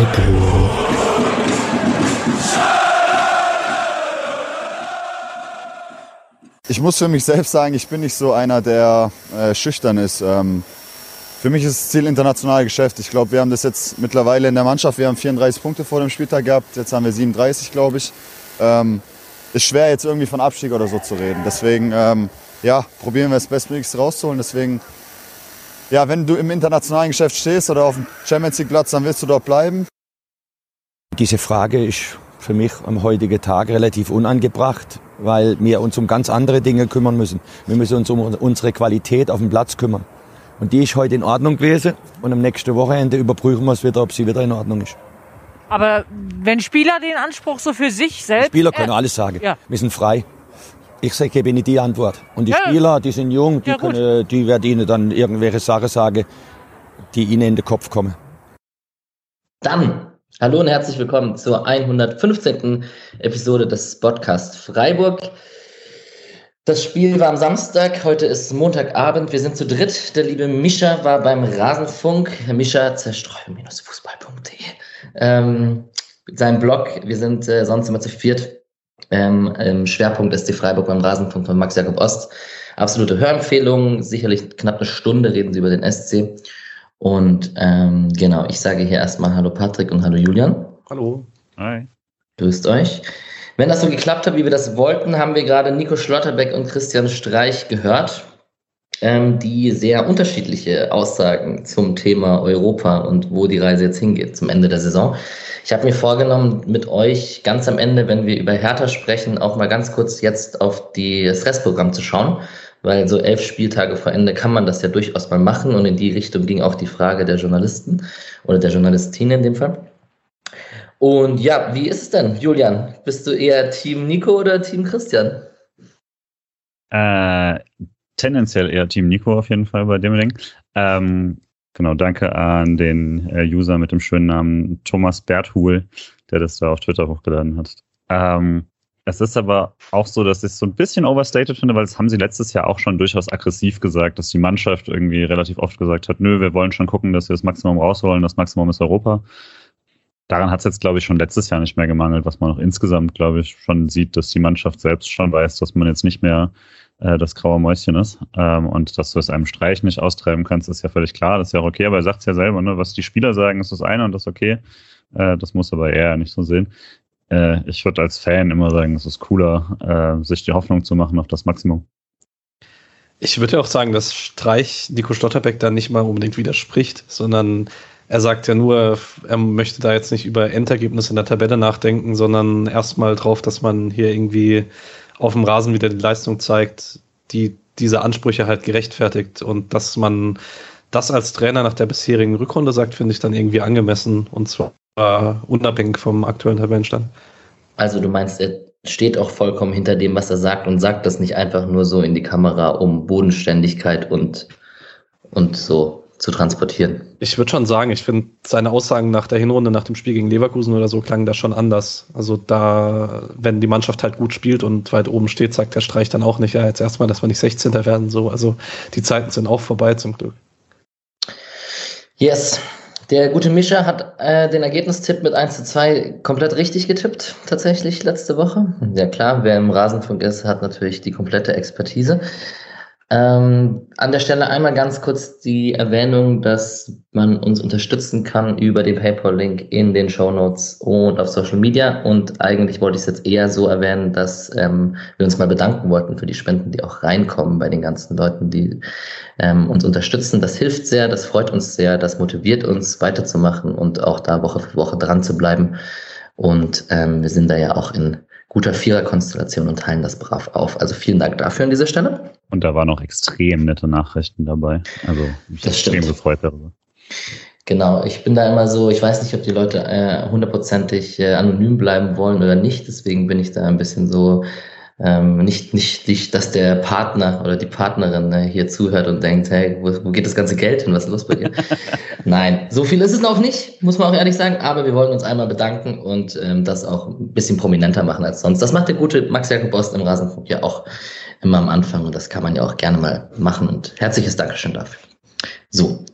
Freiburg. Ich muss für mich selbst sagen, ich bin nicht so einer, der schüchtern ist. Für mich ist das Ziel internationale Geschäft. Ich glaube, wir haben das jetzt mittlerweile in der Mannschaft, wir haben 34 Punkte vor dem Spieltag gehabt, jetzt haben wir 37, glaube ich. Ist schwer, jetzt irgendwie von Abstieg oder so zu reden. Deswegen probieren wir das Bestmöglichste rauszuholen. Deswegen, wenn du im internationalen Geschäft stehst oder auf dem Champions-League-Platz, dann willst du dort bleiben. Diese Frage ist für mich am heutigen Tag relativ unangebracht, weil wir uns um ganz andere Dinge kümmern müssen. Wir müssen uns um unsere Qualität auf dem Platz kümmern. Und die ist heute in Ordnung gewesen und am nächsten Wochenende überprüfen wir es wieder, ob sie wieder in Ordnung ist. Aber wenn Spieler den Anspruch so für sich selbst... Die Spieler können alles sagen. Ja. Wir sind frei. Ich gebe Ihnen die Antwort. Und die Spieler, die sind jung, die werden Ihnen dann irgendwelche Sachen sagen, die Ihnen in den Kopf kommen. Dann, hallo und herzlich willkommen zur 115. Episode des Podcasts Freiburg. Das Spiel war am Samstag, heute ist Montagabend, wir sind zu dritt. Der liebe Mischa war beim Rasenfunk. Herr Mischa, zerstreuung-fußball.de. Sein Blog, wir sind sonst immer zu viert. Schwerpunkt SC Freiburg beim Rasenfunk von Max Jakob Ost. Absolute Hörempfehlung, sicherlich knapp eine Stunde reden sie über den SC. Und ich sage hier erstmal Hallo Patrick und Hallo Julian. Hallo. Hi. Grüßt euch. Wenn das so geklappt hat, wie wir das wollten, haben wir gerade Nico Schlotterbeck und Christian Streich gehört, die sehr unterschiedliche Aussagen zum Thema Europa und wo die Reise jetzt hingeht zum Ende der Saison. Ich habe mir vorgenommen, mit euch ganz am Ende, wenn wir über Hertha sprechen, auch mal ganz kurz jetzt auf das Restprogramm zu schauen, weil so 11 Spieltage vor Ende kann man das ja durchaus mal machen und in die Richtung ging auch die Frage der Journalisten oder der Journalistin in dem Fall. Und ja, wie ist es denn, Julian? Bist du eher Team Nico oder Team Christian? Tendenziell eher Team Nico auf jeden Fall bei dem Ding. Danke an den User mit dem schönen Namen Thomas Berthul, der das da auf Twitter hochgeladen hat. Es ist aber auch so, dass ich es so ein bisschen overstated finde, weil das haben sie letztes Jahr auch schon durchaus aggressiv gesagt, dass die Mannschaft irgendwie relativ oft gesagt hat, nö, wir wollen schon gucken, dass wir das Maximum rausholen, das Maximum ist Europa. Daran hat es jetzt, glaube ich, schon letztes Jahr nicht mehr gemangelt, was man auch insgesamt, glaube ich, schon sieht, dass die Mannschaft selbst schon weiß, dass man jetzt nicht mehr das graue Mäuschen ist. Und dass du es einem Streich nicht austreiben kannst, ist ja völlig klar, das ist ja auch okay, aber er sagt es ja selber, ne? Was die Spieler sagen, ist das eine und das ist okay. Das muss aber er nicht so sehen. Ich würde als Fan immer sagen, es ist cooler, sich die Hoffnung zu machen auf das Maximum. Ich würde ja auch sagen, dass Streich Nico Schlotterbeck da nicht mal unbedingt widerspricht, sondern er sagt ja nur, er möchte da jetzt nicht über Endergebnisse in der Tabelle nachdenken, sondern erstmal drauf, dass man hier irgendwie auf dem Rasen wieder die Leistung zeigt, die diese Ansprüche halt gerechtfertigt. Und dass man das als Trainer nach der bisherigen Rückrunde sagt, finde ich dann irgendwie angemessen und zwar unabhängig vom aktuellen Tabellenstand. Also du meinst, er steht auch vollkommen hinter dem, was er sagt und sagt das nicht einfach nur so in die Kamera, um Bodenständigkeit und so zu transportieren. Ich würde schon sagen, ich finde seine Aussagen nach der Hinrunde, nach dem Spiel gegen Leverkusen oder so, klangen da schon anders. Also da, wenn die Mannschaft halt gut spielt und weit oben steht, sagt der Streich dann auch nicht, ja, jetzt erstmal, dass wir nicht 16. werden. So. Also die Zeiten sind auch vorbei zum Glück. Yes. Der gute Mischa hat den Ergebnistipp mit 1:2 komplett richtig getippt, tatsächlich letzte Woche. Ja klar, wer im Rasenfunk ist, hat natürlich die komplette Expertise. An der Stelle einmal ganz kurz die Erwähnung, dass man uns unterstützen kann über den PayPal-Link in den Shownotes und auf Social Media. Und eigentlich wollte ich es jetzt eher so erwähnen, dass wir uns mal bedanken wollten für die Spenden, die auch reinkommen bei den ganzen Leuten, die uns unterstützen. Das hilft sehr, das freut uns sehr, das motiviert uns weiterzumachen und auch da Woche für Woche dran zu bleiben. Und wir sind da ja auch in guter Viererkonstellation und teilen das brav auf. Also vielen Dank dafür an dieser Stelle. Und da waren auch extrem nette Nachrichten dabei. Also mich das extrem gefreut darüber. Genau, ich bin da immer so, ich weiß nicht, ob die Leute hundertprozentig anonym bleiben wollen oder nicht. Deswegen bin ich da ein bisschen so, nicht, dass der Partner oder die Partnerin hier zuhört und denkt, hey, wo geht das ganze Geld hin? Was ist los bei dir? Nein, so viel ist es noch nicht, muss man auch ehrlich sagen. Aber wir wollen uns einmal bedanken und das auch ein bisschen prominenter machen als sonst. Das macht der gute Max Jakob Ost im Rasenfunk ja auch immer am Anfang. Und das kann man ja auch gerne mal machen. Und herzliches Dankeschön dafür. So,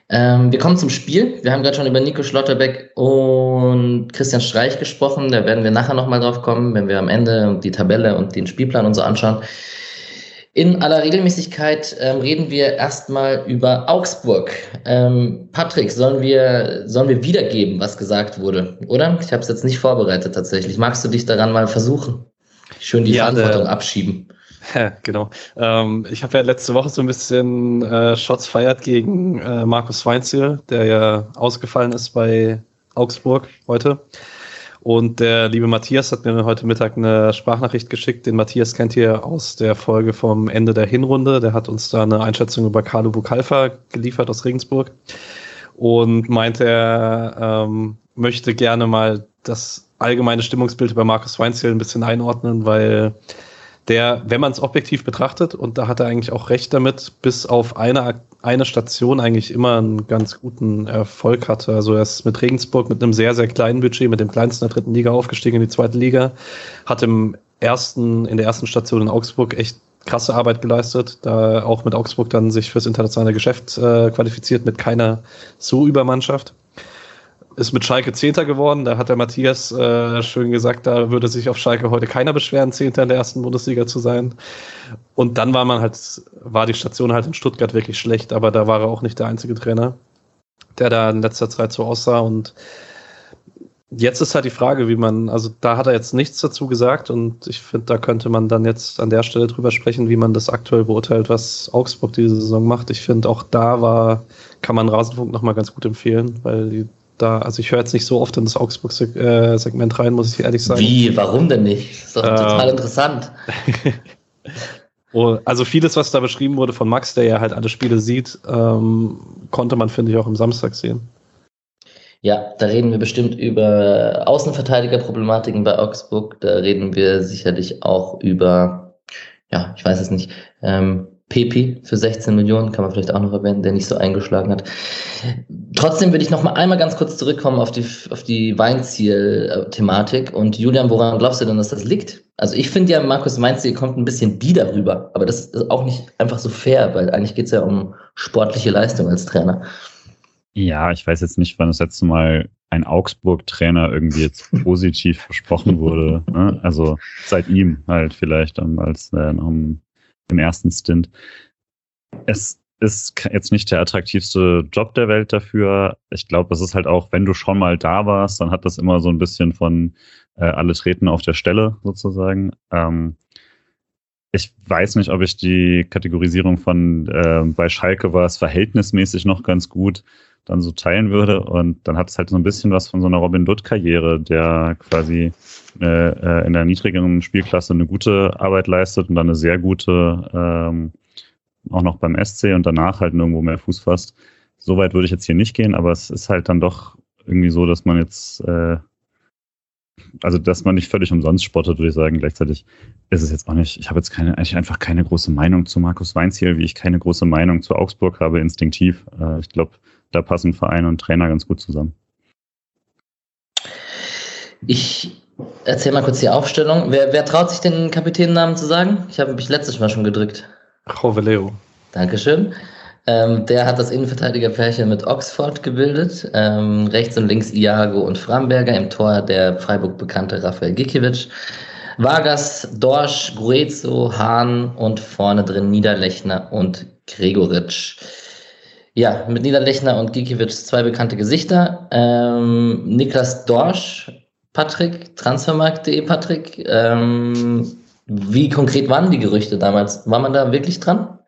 Wir kommen zum Spiel. Wir haben gerade schon über Nico Schlotterbeck und Christian Streich gesprochen. Da werden wir nachher nochmal drauf kommen, wenn wir am Ende die Tabelle und den Spielplan und so anschauen. In aller Regelmäßigkeit reden wir erstmal über Augsburg. Patrick, sollen wir wiedergeben, was gesagt wurde, oder? Ich habe es jetzt nicht vorbereitet tatsächlich. Magst du dich daran mal versuchen? Schön die Verantwortung abschieben. Ja, genau. Ich habe ja letzte Woche so ein bisschen Shots feiert gegen Markus Weinzierl, der ja ausgefallen ist bei Augsburg heute. Und der liebe Matthias hat mir heute Mittag eine Sprachnachricht geschickt. Den Matthias kennt ihr aus der Folge vom Ende der Hinrunde. Der hat uns da eine Einschätzung über Carlo Bucalfa geliefert aus Regensburg. Und meinte, er möchte gerne mal das allgemeine Stimmungsbild über Markus Weinzierl ein bisschen einordnen, weil der, wenn man es objektiv betrachtet, und da hat er eigentlich auch recht damit, bis auf eine Station eigentlich immer einen ganz guten Erfolg hatte. Also er ist mit Regensburg mit einem sehr, sehr kleinen Budget, mit dem kleinsten der 3. Liga aufgestiegen in die 2. Liga, hat in der ersten Station in Augsburg echt krasse Arbeit geleistet, da auch mit Augsburg dann sich fürs internationale Geschäft qualifiziert, mit keiner So-Übermannschaft. Ist mit Schalke 10. geworden. Da hat der Matthias schön gesagt, da würde sich auf Schalke heute keiner beschweren, 10. in der 1. Bundesliga zu sein. Und dann war die Station halt in Stuttgart wirklich schlecht, aber da war er auch nicht der einzige Trainer, der da in letzter Zeit so aussah. Und jetzt ist halt die Frage, also da hat er jetzt nichts dazu gesagt und ich finde, da könnte man dann jetzt an der Stelle drüber sprechen, wie man das aktuell beurteilt, was Augsburg diese Saison macht. Ich finde, auch da kann man Rasenfunk nochmal ganz gut empfehlen, weil also ich höre jetzt nicht so oft in das Augsburg-Segment rein, muss ich ehrlich sagen. Wie? Warum denn nicht? Das ist doch total interessant. Also vieles, was da beschrieben wurde von Max, der ja halt alle Spiele sieht, konnte man, finde ich, auch am Samstag sehen. Ja, da reden wir bestimmt über Außenverteidigerproblematiken bei Augsburg. Da reden wir sicherlich auch über, ja, ich weiß es nicht, Pepi für 16 Millionen, kann man vielleicht auch noch erwähnen, der nicht so eingeschlagen hat. Trotzdem würde ich noch mal einmal ganz kurz zurückkommen auf die Weinzierl-Thematik. Und Julian, woran glaubst du denn, dass das liegt? Also ich finde ja, Markus Weinzierl kommt ein bisschen bieder rüber, aber das ist auch nicht einfach so fair, weil eigentlich geht es ja um sportliche Leistung als Trainer. Ja, ich weiß jetzt nicht, wann das letzte Mal ein Augsburg-Trainer irgendwie jetzt positiv besprochen wurde. Ne? Also seit ihm halt vielleicht als im ersten Stint. Es ist jetzt nicht der attraktivste Job der Welt dafür. Ich glaube, es ist halt auch, wenn du schon mal da warst, dann hat das immer so ein bisschen von alle treten auf der Stelle sozusagen. Ich weiß nicht, ob ich die Kategorisierung von bei Schalke war es verhältnismäßig noch ganz gut dann so teilen würde. Und dann hat es halt so ein bisschen was von so einer Robin Dutt-Karriere, der quasi in der niedrigeren Spielklasse eine gute Arbeit leistet und dann eine sehr gute auch noch beim SC und danach halt nirgendwo mehr Fuß fasst. So weit würde ich jetzt hier nicht gehen, aber es ist halt dann doch irgendwie so, dass man jetzt also dass man nicht völlig umsonst spottet, würde ich sagen. Gleichzeitig ist es jetzt auch nicht, ich habe jetzt eigentlich einfach keine große Meinung zu Markus Weinzierl, wie ich keine große Meinung zu Augsburg habe, instinktiv. Ich glaube, da passen Verein und Trainer ganz gut zusammen. Ich erzähle mal kurz die Aufstellung. Wer traut sich den Kapitänennamen zu sagen? Ich habe mich letztes Mal schon gedrückt. Joveleo. Dankeschön. Der hat das Innenverteidigerpärchen mit Oxford gebildet. Rechts und links Iago und Framberger. Im Tor der Freiburg bekannte Rafael Gikiewicz. Vargas, Dorsch, Gruezo, Hahn und vorne drin Niederlechner und Gregoritsch. Ja, mit Niederlechner und Gikiewicz 2 bekannte Gesichter. Niklas Dorsch, Patrick, Transfermarkt.de Patrick. Wie konkret waren die Gerüchte damals? War man da wirklich dran?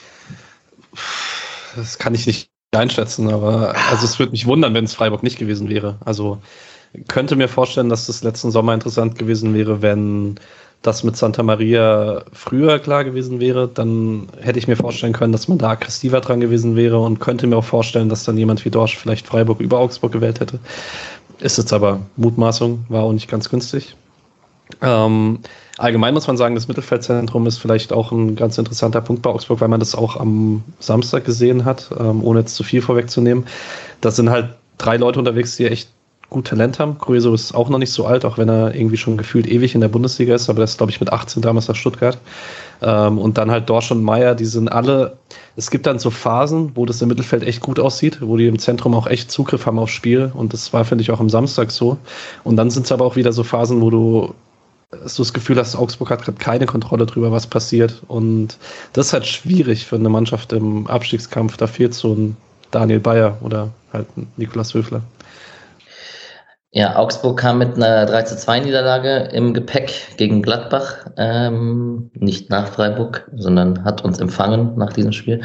Das kann ich nicht einschätzen, aber also es würde mich wundern, wenn es Freiburg nicht gewesen wäre. Also könnte mir vorstellen, dass das letzten Sommer interessant gewesen wäre, wenn das mit Santa Maria früher klar gewesen wäre. Dann hätte ich mir vorstellen können, dass man da aggressiver dran gewesen wäre und könnte mir auch vorstellen, dass dann jemand wie Dorsch vielleicht Freiburg über Augsburg gewählt hätte. Ist jetzt aber Mutmaßung, war auch nicht ganz günstig. Allgemein muss man sagen, das Mittelfeldzentrum ist vielleicht auch ein ganz interessanter Punkt bei Augsburg, weil man das auch am Samstag gesehen hat, ohne jetzt zu viel vorwegzunehmen. Da sind halt 3 Leute unterwegs, die echt gut Talent haben. Grueso ist auch noch nicht so alt, auch wenn er irgendwie schon gefühlt ewig in der Bundesliga ist, aber das ist, glaube ich, mit 18 damals nach Stuttgart. Und dann halt Dorsch und Meier, die sind alle, es gibt dann so Phasen, wo das im Mittelfeld echt gut aussieht, wo die im Zentrum auch echt Zugriff haben aufs Spiel, und das war, finde ich, auch am Samstag so. Und dann sind es aber auch wieder so Phasen, wo du das Gefühl hast, Augsburg hat gerade keine Kontrolle drüber, was passiert, und das ist halt schwierig für eine Mannschaft im Abstiegskampf. Da fehlt so ein Daniel Bayer oder halt ein Niklas Höfler. Ja, Augsburg kam mit einer 3:2 Niederlage im Gepäck gegen Gladbach, nicht nach Freiburg, sondern hat uns empfangen nach diesem Spiel.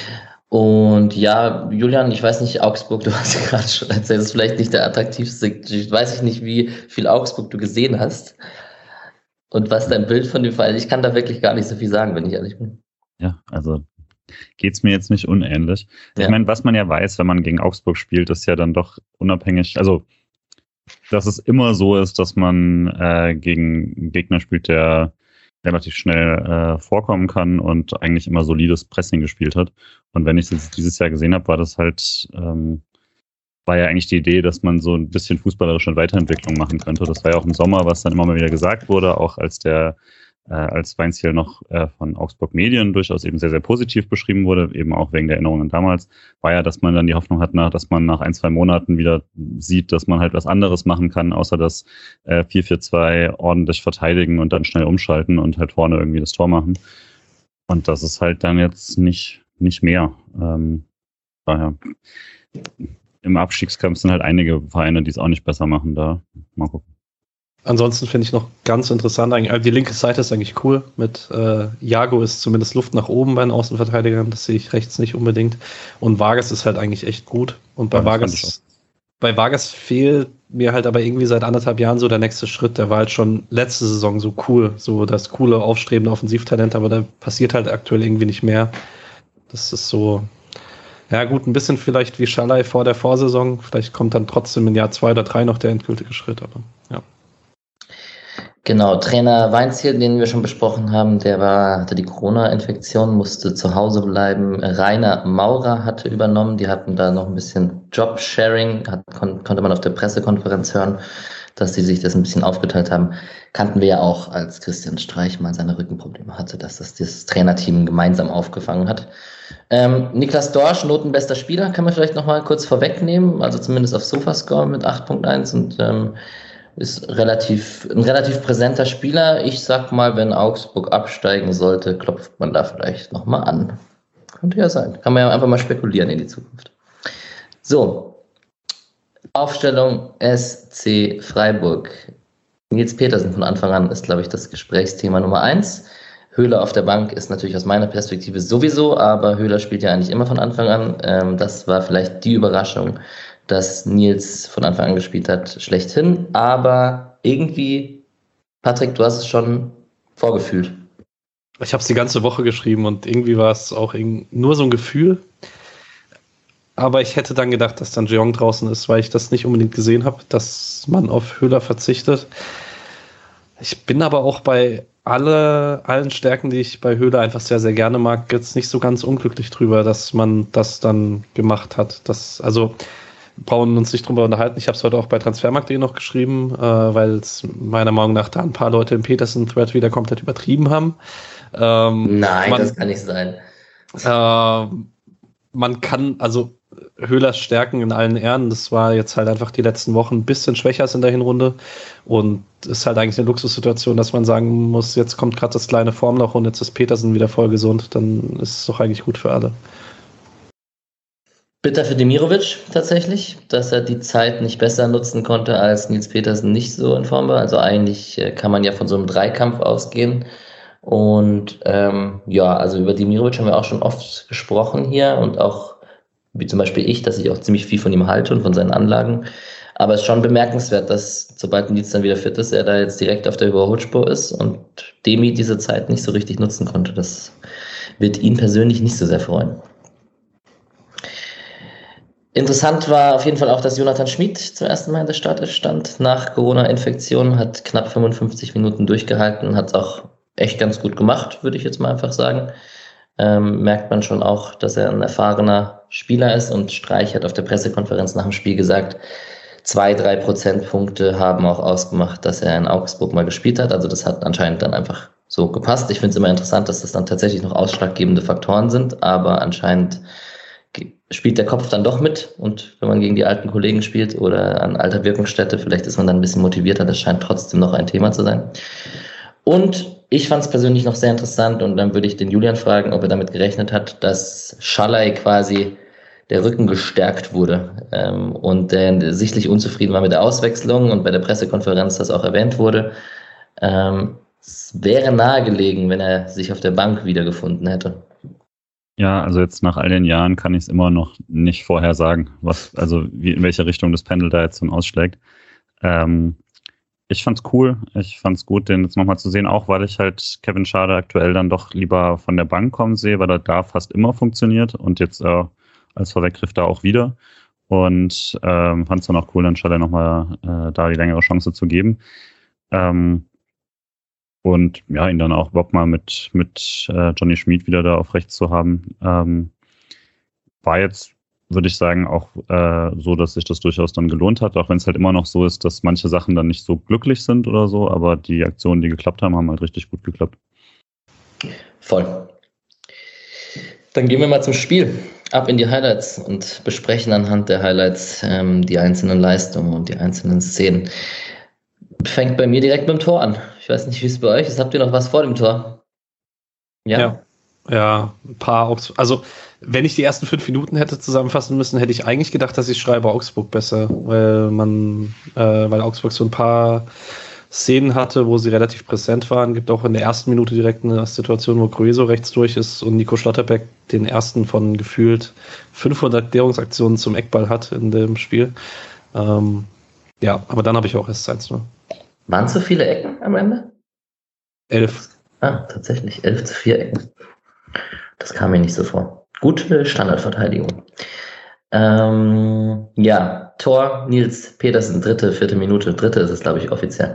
Und ja, Julian, ich weiß nicht, Augsburg, du hast gerade schon erzählt, das ist vielleicht nicht der attraktivste, ich weiß nicht, wie viel Augsburg du gesehen hast und was dein Bild von dem Fall ist. Ich kann da wirklich gar nicht so viel sagen, wenn ich ehrlich bin. Ja, also geht's mir jetzt nicht unähnlich. Ja. Ich meine, was man ja weiß, wenn man gegen Augsburg spielt, ist ja dann doch unabhängig, also dass es immer so ist, dass man gegen einen Gegner spielt, der relativ schnell vorkommen kann und eigentlich immer solides Pressing gespielt hat. Und wenn ich das dieses Jahr gesehen habe, war das halt, war ja eigentlich die Idee, dass man so ein bisschen fußballerische Weiterentwicklung machen könnte. Das war ja auch im Sommer, was dann immer mal wieder gesagt wurde, auch als Weinziel noch von Augsburg Medien durchaus eben sehr, sehr positiv beschrieben wurde, eben auch wegen der Erinnerungen damals, war ja, dass man dann die Hoffnung hat, dass man nach 1-2 Monaten wieder sieht, dass man halt was anderes machen kann, außer das 4-4-2 ordentlich verteidigen und dann schnell umschalten und halt vorne irgendwie das Tor machen. Und das ist halt dann jetzt nicht mehr. Daher im Abstiegskampf sind halt einige Vereine, die es auch nicht besser machen, da mal gucken. Ansonsten finde ich noch ganz interessant, die linke Seite ist eigentlich cool. Mit Jago ist zumindest Luft nach oben bei den Außenverteidigern, das sehe ich rechts nicht unbedingt. Und Vargas ist halt eigentlich echt gut. Und bei Vargas fehlt mir halt aber irgendwie seit 1,5 Jahren so der nächste Schritt. Der war halt schon letzte Saison so cool, so das coole, aufstrebende Offensivtalent, aber da passiert halt aktuell irgendwie nicht mehr. Das ist so, ja gut, ein bisschen vielleicht wie Schalay vor der Vorsaison. Vielleicht kommt dann trotzdem in Jahr 2 oder 3 noch der endgültige Schritt, aber ja. Genau, Trainer Weinziel, den wir schon besprochen haben, hatte die Corona-Infektion, musste zu Hause bleiben. Rainer Maurer hatte übernommen, die hatten da noch ein bisschen Job-Sharing, konnte man auf der Pressekonferenz hören, dass sie sich das ein bisschen aufgeteilt haben. Kannten wir ja auch, als Christian Streich mal seine Rückenprobleme hatte, dass das Trainerteam gemeinsam aufgefangen hat. Niklas Dorsch, notenbester Spieler, kann man vielleicht noch mal kurz vorwegnehmen, also zumindest auf Sofascore mit 8,1 und ist ein relativ präsenter Spieler. Ich sag mal, wenn Augsburg absteigen sollte, klopft man da vielleicht nochmal an. Könnte ja sein. Kann man ja einfach mal spekulieren in die Zukunft. So. Aufstellung SC Freiburg. Nils Petersen von Anfang an ist, glaube ich, das Gesprächsthema Nummer 1. Höhler auf der Bank ist natürlich aus meiner Perspektive sowieso, aber Höhler spielt ja eigentlich immer von Anfang an. Das war vielleicht die Überraschung, dass Nils von Anfang an gespielt hat, schlechthin. Aber irgendwie, Patrick, du hast es schon vorgefühlt. Ich habe es die ganze Woche geschrieben und irgendwie war es auch nur so ein Gefühl. Aber ich hätte dann gedacht, dass dann Jeong draußen ist, weil ich das nicht unbedingt gesehen habe, dass man auf Höhler verzichtet. Ich bin aber auch bei allen Stärken, die ich bei Höhler einfach sehr, sehr gerne mag, jetzt nicht so ganz unglücklich drüber, dass man das dann gemacht hat. Brauchen uns nicht drüber unterhalten. Ich habe es heute auch bei Transfermarkt.de noch geschrieben, weil es meiner Meinung nach da ein paar Leute im Petersen-Thread wieder komplett übertrieben haben. Nein, das kann nicht sein. Man kann, also Höhlers Stärken in allen Ehren, das war jetzt halt einfach die letzten Wochen ein bisschen schwächer als in der Hinrunde und ist halt eigentlich eine Luxussituation, dass man sagen muss, jetzt kommt gerade das kleine Formloch und jetzt ist Petersen wieder voll gesund, dann ist es doch eigentlich gut für alle. Bitter für Demirovic tatsächlich, dass er die Zeit nicht besser nutzen konnte, als Nils Petersen nicht so in Form war. Also eigentlich kann man ja von so einem Dreikampf ausgehen. Und also über Demirovic haben wir auch schon oft gesprochen hier und auch, wie zum Beispiel ich, dass ich auch ziemlich viel von ihm halte und von seinen Anlagen. Aber es ist schon bemerkenswert, dass sobald Nils dann wieder fit ist, er da jetzt direkt auf der Überholspur ist und Demi diese Zeit nicht so richtig nutzen konnte. Das wird ihn persönlich nicht so sehr freuen. Interessant war auf jeden Fall auch, dass Jonathan Schmid zum ersten Mal in der Startelf stand. Nach Corona-Infektion hat knapp 55 Minuten durchgehalten und hat es auch echt ganz gut gemacht, würde ich jetzt mal einfach sagen. Merkt man schon auch, dass er ein erfahrener Spieler ist und Streich hat auf der Pressekonferenz nach dem Spiel gesagt, 2-3 Prozentpunkte haben auch ausgemacht, dass er in Augsburg mal gespielt hat. Also das hat anscheinend dann einfach so gepasst. Ich finde es immer interessant, dass das dann tatsächlich noch ausschlaggebende Faktoren sind, aber anscheinend spielt der Kopf dann doch mit, und wenn man gegen die alten Kollegen spielt oder an alter Wirkungsstätte, vielleicht ist man dann ein bisschen motivierter. Das scheint trotzdem noch ein Thema zu sein. Und ich fand es persönlich noch sehr interessant, und dann würde ich den Julian fragen, ob er damit gerechnet hat, dass Szalai quasi der Rücken gestärkt wurde und der sichtlich unzufrieden war mit der Auswechslung und bei der Pressekonferenz das auch erwähnt wurde. Es wäre nahegelegen, wenn er sich auf der Bank wiedergefunden hätte. Ja, also jetzt nach all den Jahren kann ich es immer noch nicht vorhersagen, in welche Richtung das Pendel da jetzt dann ausschlägt. Ich fand's cool, ich fand's gut, den jetzt nochmal zu sehen, auch weil ich halt Kevin Schade aktuell dann doch lieber von der Bank kommen sehe, weil er da fast immer funktioniert und jetzt als Vorweggriff da auch wieder. Und fand's dann auch cool, dann Schade nochmal da die längere Chance zu geben. Und ja, ihn dann auch überhaupt mal mit Johnny Schmid wieder da auf rechts zu haben, war jetzt, würde ich sagen, auch so, dass sich das durchaus dann gelohnt hat, auch wenn es halt immer noch so ist, dass manche Sachen dann nicht so glücklich sind oder so, aber die Aktionen, die geklappt haben, haben halt richtig gut geklappt. Voll. Dann gehen wir mal zum Spiel, ab in die Highlights und besprechen anhand der Highlights die einzelnen Leistungen und die einzelnen Szenen. Fängt bei mir direkt mit dem Tor an. Ich weiß nicht, wie es bei euch ist. Habt ihr noch was vor dem Tor? Ja, ein paar. Also, wenn ich die ersten 5 Minuten hätte zusammenfassen müssen, hätte ich eigentlich gedacht, dass ich schreibe Augsburg besser, weil Augsburg so ein paar Szenen hatte, wo sie relativ präsent waren. Gibt auch in der ersten Minute direkt eine Situation, wo Grueso rechts durch ist und Nico Schlotterbeck den ersten von gefühlt 500 Klärungsaktionen zum Eckball hat in dem Spiel. Aber dann habe ich auch erst 1-0. Waren es so viele Ecken am Ende? 11. Tatsächlich 11-4 Ecken. Das kam mir nicht so vor. Gute Standardverteidigung. Tor, Nils Petersen, 3., 4. Minute. 3. ist es, glaube ich, offiziell.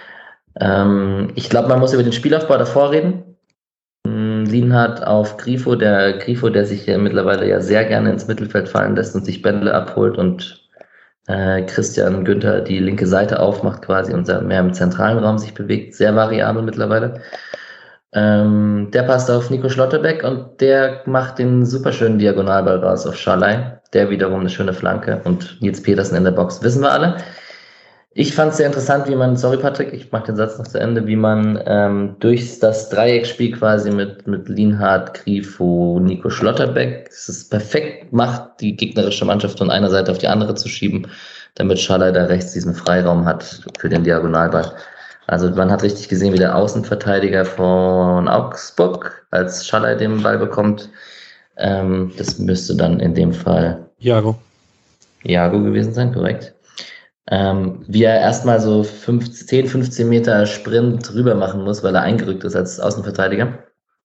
Ich glaube, man muss über den Spielaufbau davor reden. Lienhardt auf Grifo, der sich ja mittlerweile ja sehr gerne ins Mittelfeld fallen lässt und sich Bälle abholt und Christian Günther die linke Seite aufmacht quasi und mehr im zentralen Raum sich bewegt, sehr variabel mittlerweile. Der passt auf Nico Schlotterbeck und der macht den superschönen Diagonalball raus auf Szalai, der wiederum eine schöne Flanke, und Nils Petersen in der Box, wissen wir alle. Ich fand es sehr interessant, wie man, sorry Patrick, ich mache den Satz noch zu Ende, wie man durch das Dreiecksspiel quasi mit Lienhardt, Grifo, Nico Schlotterbeck, es ist perfekt macht, die gegnerische Mannschaft von einer Seite auf die andere zu schieben, damit Szalai da rechts diesen Freiraum hat für den Diagonalball. Also man hat richtig gesehen, wie der Außenverteidiger von Augsburg, als Szalai den Ball bekommt, das müsste dann in dem Fall Iago gewesen sein, korrekt. Wie er erstmal so 10-15 Meter Sprint rüber machen muss, weil er eingerückt ist als Außenverteidiger.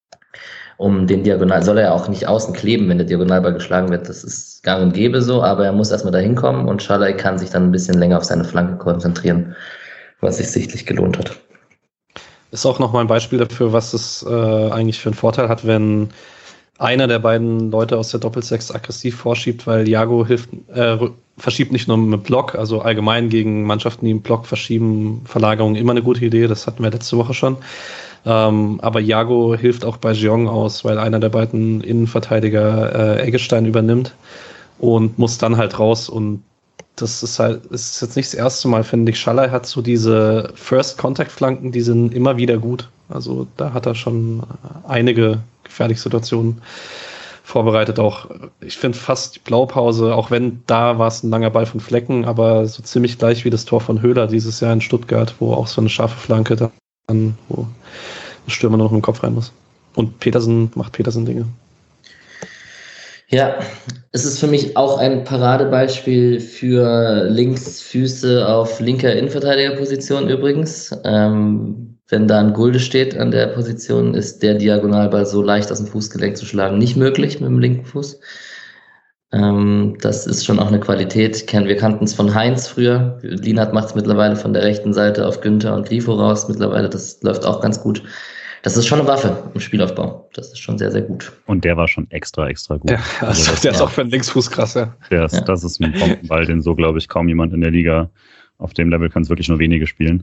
Um den Diagonal, soll er ja auch nicht außen kleben, wenn der Diagonalball geschlagen wird, das ist gang und gäbe so, aber er muss erstmal da hinkommen und Szalai kann sich dann ein bisschen länger auf seine Flanke konzentrieren, was sich sichtlich gelohnt hat. Ist auch nochmal ein Beispiel dafür, was es eigentlich für einen Vorteil hat, wenn einer der beiden Leute aus der Doppelsechs aggressiv vorschiebt, weil Iago verschiebt nicht nur mit Block, also allgemein gegen Mannschaften, die im Block verschieben, Verlagerung immer eine gute Idee, das hatten wir letzte Woche schon. Aber Iago hilft auch bei Jeong aus, weil einer der beiden Innenverteidiger Eggestein übernimmt und muss dann halt raus, und das ist jetzt nicht das erste Mal, finde ich. Szalai hat so diese First-Contact-Flanken, die sind immer wieder gut. Also da hat er schon einige gefährliche Situationen vorbereitet. Auch, ich finde fast die Blaupause, auch wenn da war es ein langer Ball von Flecken, aber so ziemlich gleich wie das Tor von Höhler dieses Jahr in Stuttgart, wo auch so eine scharfe Flanke dann, wo der Stürmer noch im Kopf rein muss. Und Petersen macht Petersen-Dinge. Ja, es ist für mich auch ein Paradebeispiel für Linksfüße auf linker Innenverteidigerposition übrigens. Wenn da ein Gulde steht an der Position, ist der Diagonalball so leicht aus dem Fußgelenk zu schlagen nicht möglich mit dem linken Fuß. Das ist schon auch eine Qualität. Wir kannten es von Heinz früher. Lienhardt macht es mittlerweile von der rechten Seite auf Günther und Grifo raus. Mittlerweile, das läuft auch ganz gut. Das ist schon eine Waffe im Spielaufbau. Das ist schon sehr, sehr gut. Und der war schon extra gut. Ja, also der ist auch für einen Linksfuß krass, ja. Das ist ein Bombenball, den so, glaube ich, kaum jemand in der Liga auf dem Level kann es wirklich nur wenige spielen.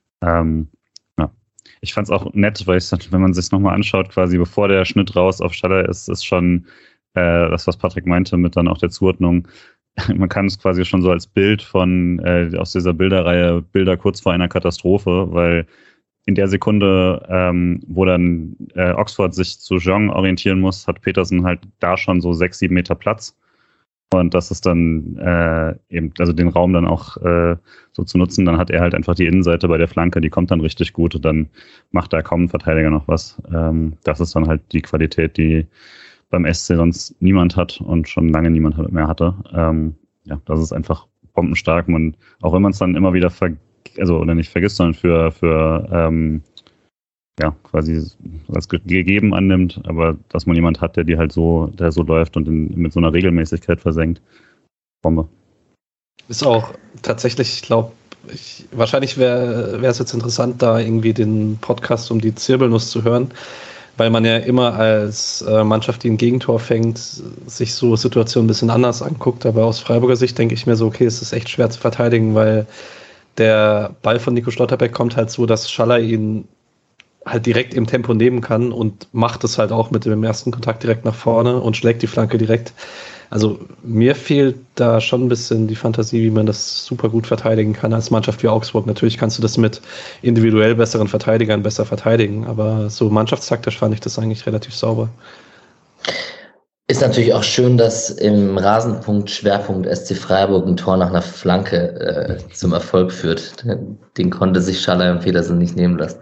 Ich fand es auch nett, weil wenn man sich nochmal anschaut, quasi bevor der Schnitt raus auf Schaller ist schon das, was Patrick meinte, mit dann auch der Zuordnung. Man kann es quasi schon so als Bild von aus dieser Bilderreihe Bilder kurz vor einer Katastrophe, weil in der Sekunde, wo dann Oxford sich zu Jeong orientieren muss, hat Petersen halt da schon so 6-7 Meter Platz. Und das ist dann eben, also den Raum dann auch so zu nutzen, dann hat er halt einfach die Innenseite bei der Flanke, die kommt dann richtig gut und dann macht da kaum ein Verteidiger noch was. Das ist dann halt die Qualität, die beim SC sonst niemand hat und schon lange niemand mehr hatte. Das ist einfach bombenstark. Auch wenn man es dann immer wieder nicht vergisst, sondern für quasi als gegeben annimmt, aber dass man jemand hat, der so läuft und mit so einer Regelmäßigkeit versenkt. Bombe. Ist auch tatsächlich, ich glaube, wahrscheinlich wäre es jetzt interessant, da irgendwie den Podcast um die Zirbelnuss zu hören, weil man ja immer als Mannschaft, die ein Gegentor fängt, sich so Situationen ein bisschen anders anguckt. Aber aus Freiburger Sicht denke ich mir so, okay, es ist echt schwer zu verteidigen, weil der Ball von Nico Schlotterbeck kommt halt so, dass Schaller ihn halt direkt im Tempo nehmen kann und macht es halt auch mit dem ersten Kontakt direkt nach vorne und schlägt die Flanke direkt. Also mir fehlt da schon ein bisschen die Fantasie, wie man das super gut verteidigen kann als Mannschaft wie Augsburg. Natürlich kannst du das mit individuell besseren Verteidigern besser verteidigen, aber so mannschaftstaktisch fand ich das eigentlich relativ sauber. Ist natürlich auch schön, dass im Rasenpunkt-Schwerpunkt SC Freiburg ein Tor nach einer Flanke zum Erfolg führt. Den konnte sich Schaller und Petersen nicht nehmen lassen.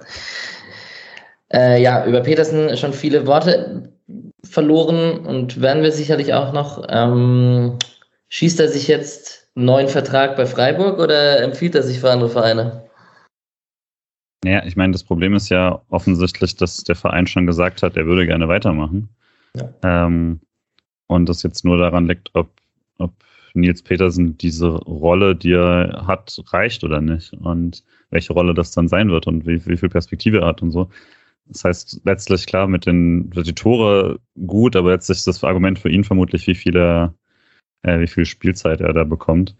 Über Petersen schon viele Worte verloren und werden wir sicherlich auch noch. Schießt er sich jetzt einen neuen Vertrag bei Freiburg oder empfiehlt er sich für andere Vereine? Naja, ich meine, das Problem ist ja offensichtlich, dass der Verein schon gesagt hat, er würde gerne weitermachen. Ja. Und das jetzt nur daran liegt, ob Nils Petersen diese Rolle, die er hat, reicht oder nicht und welche Rolle das dann sein wird und wie viel Perspektive er hat und so. Das heißt, letztlich klar, die Tore gut, aber letztlich ist das Argument für ihn vermutlich, wie viel Spielzeit er da bekommt.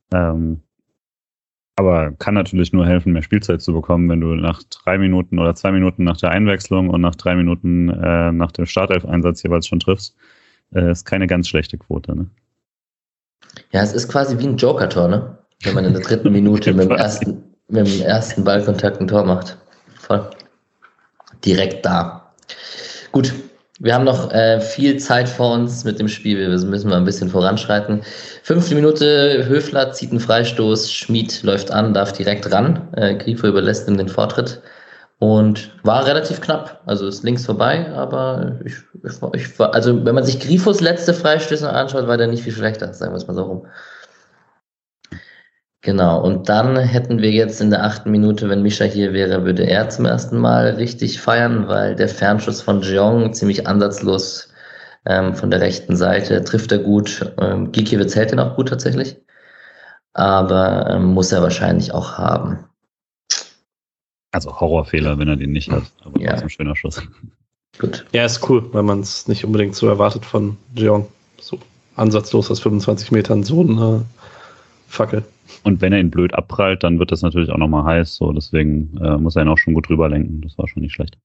Aber kann natürlich nur helfen, mehr Spielzeit zu bekommen, wenn du nach 3 Minuten oder 2 Minuten nach der Einwechslung und nach 3 Minuten nach dem Startelf-Einsatz jeweils schon triffst. Ist keine ganz schlechte Quote, ne? Ja, es ist quasi wie ein Joker-Tor, ne? Wenn man in der 3. Minute mit dem ersten Ballkontakt ein Tor macht. Voll. Direkt da. Gut, wir haben noch viel Zeit vor uns mit dem Spiel. Wir müssen mal ein bisschen voranschreiten. 5. Minute, Höfler zieht einen Freistoß, Schmid läuft an, darf direkt ran. Grifo überlässt ihm den Vortritt und war relativ knapp. Also ist links vorbei, aber also wenn man sich Grifos letzte Freistöße anschaut, war der nicht viel schlechter, sagen wir es mal so rum. Genau, und dann hätten wir jetzt in der 8. Minute, wenn Mischa hier wäre, würde er zum ersten Mal richtig feiern, weil der Fernschuss von Jeong ziemlich ansatzlos von der rechten Seite trifft er gut. Gikiewicz hält ihn auch gut tatsächlich, aber muss er wahrscheinlich auch haben. Also Horrorfehler, wenn er den nicht hat, aber ja. Ein schöner Schuss. Gut. Ja, ist cool, weil man es nicht unbedingt so erwartet von Jeong. So ansatzlos aus 25 Metern so eine Fackel. Und wenn er ihn blöd abprallt, dann wird das natürlich auch nochmal heiß. So, deswegen muss er ihn auch schon gut drüber lenken. Das war schon nicht schlecht.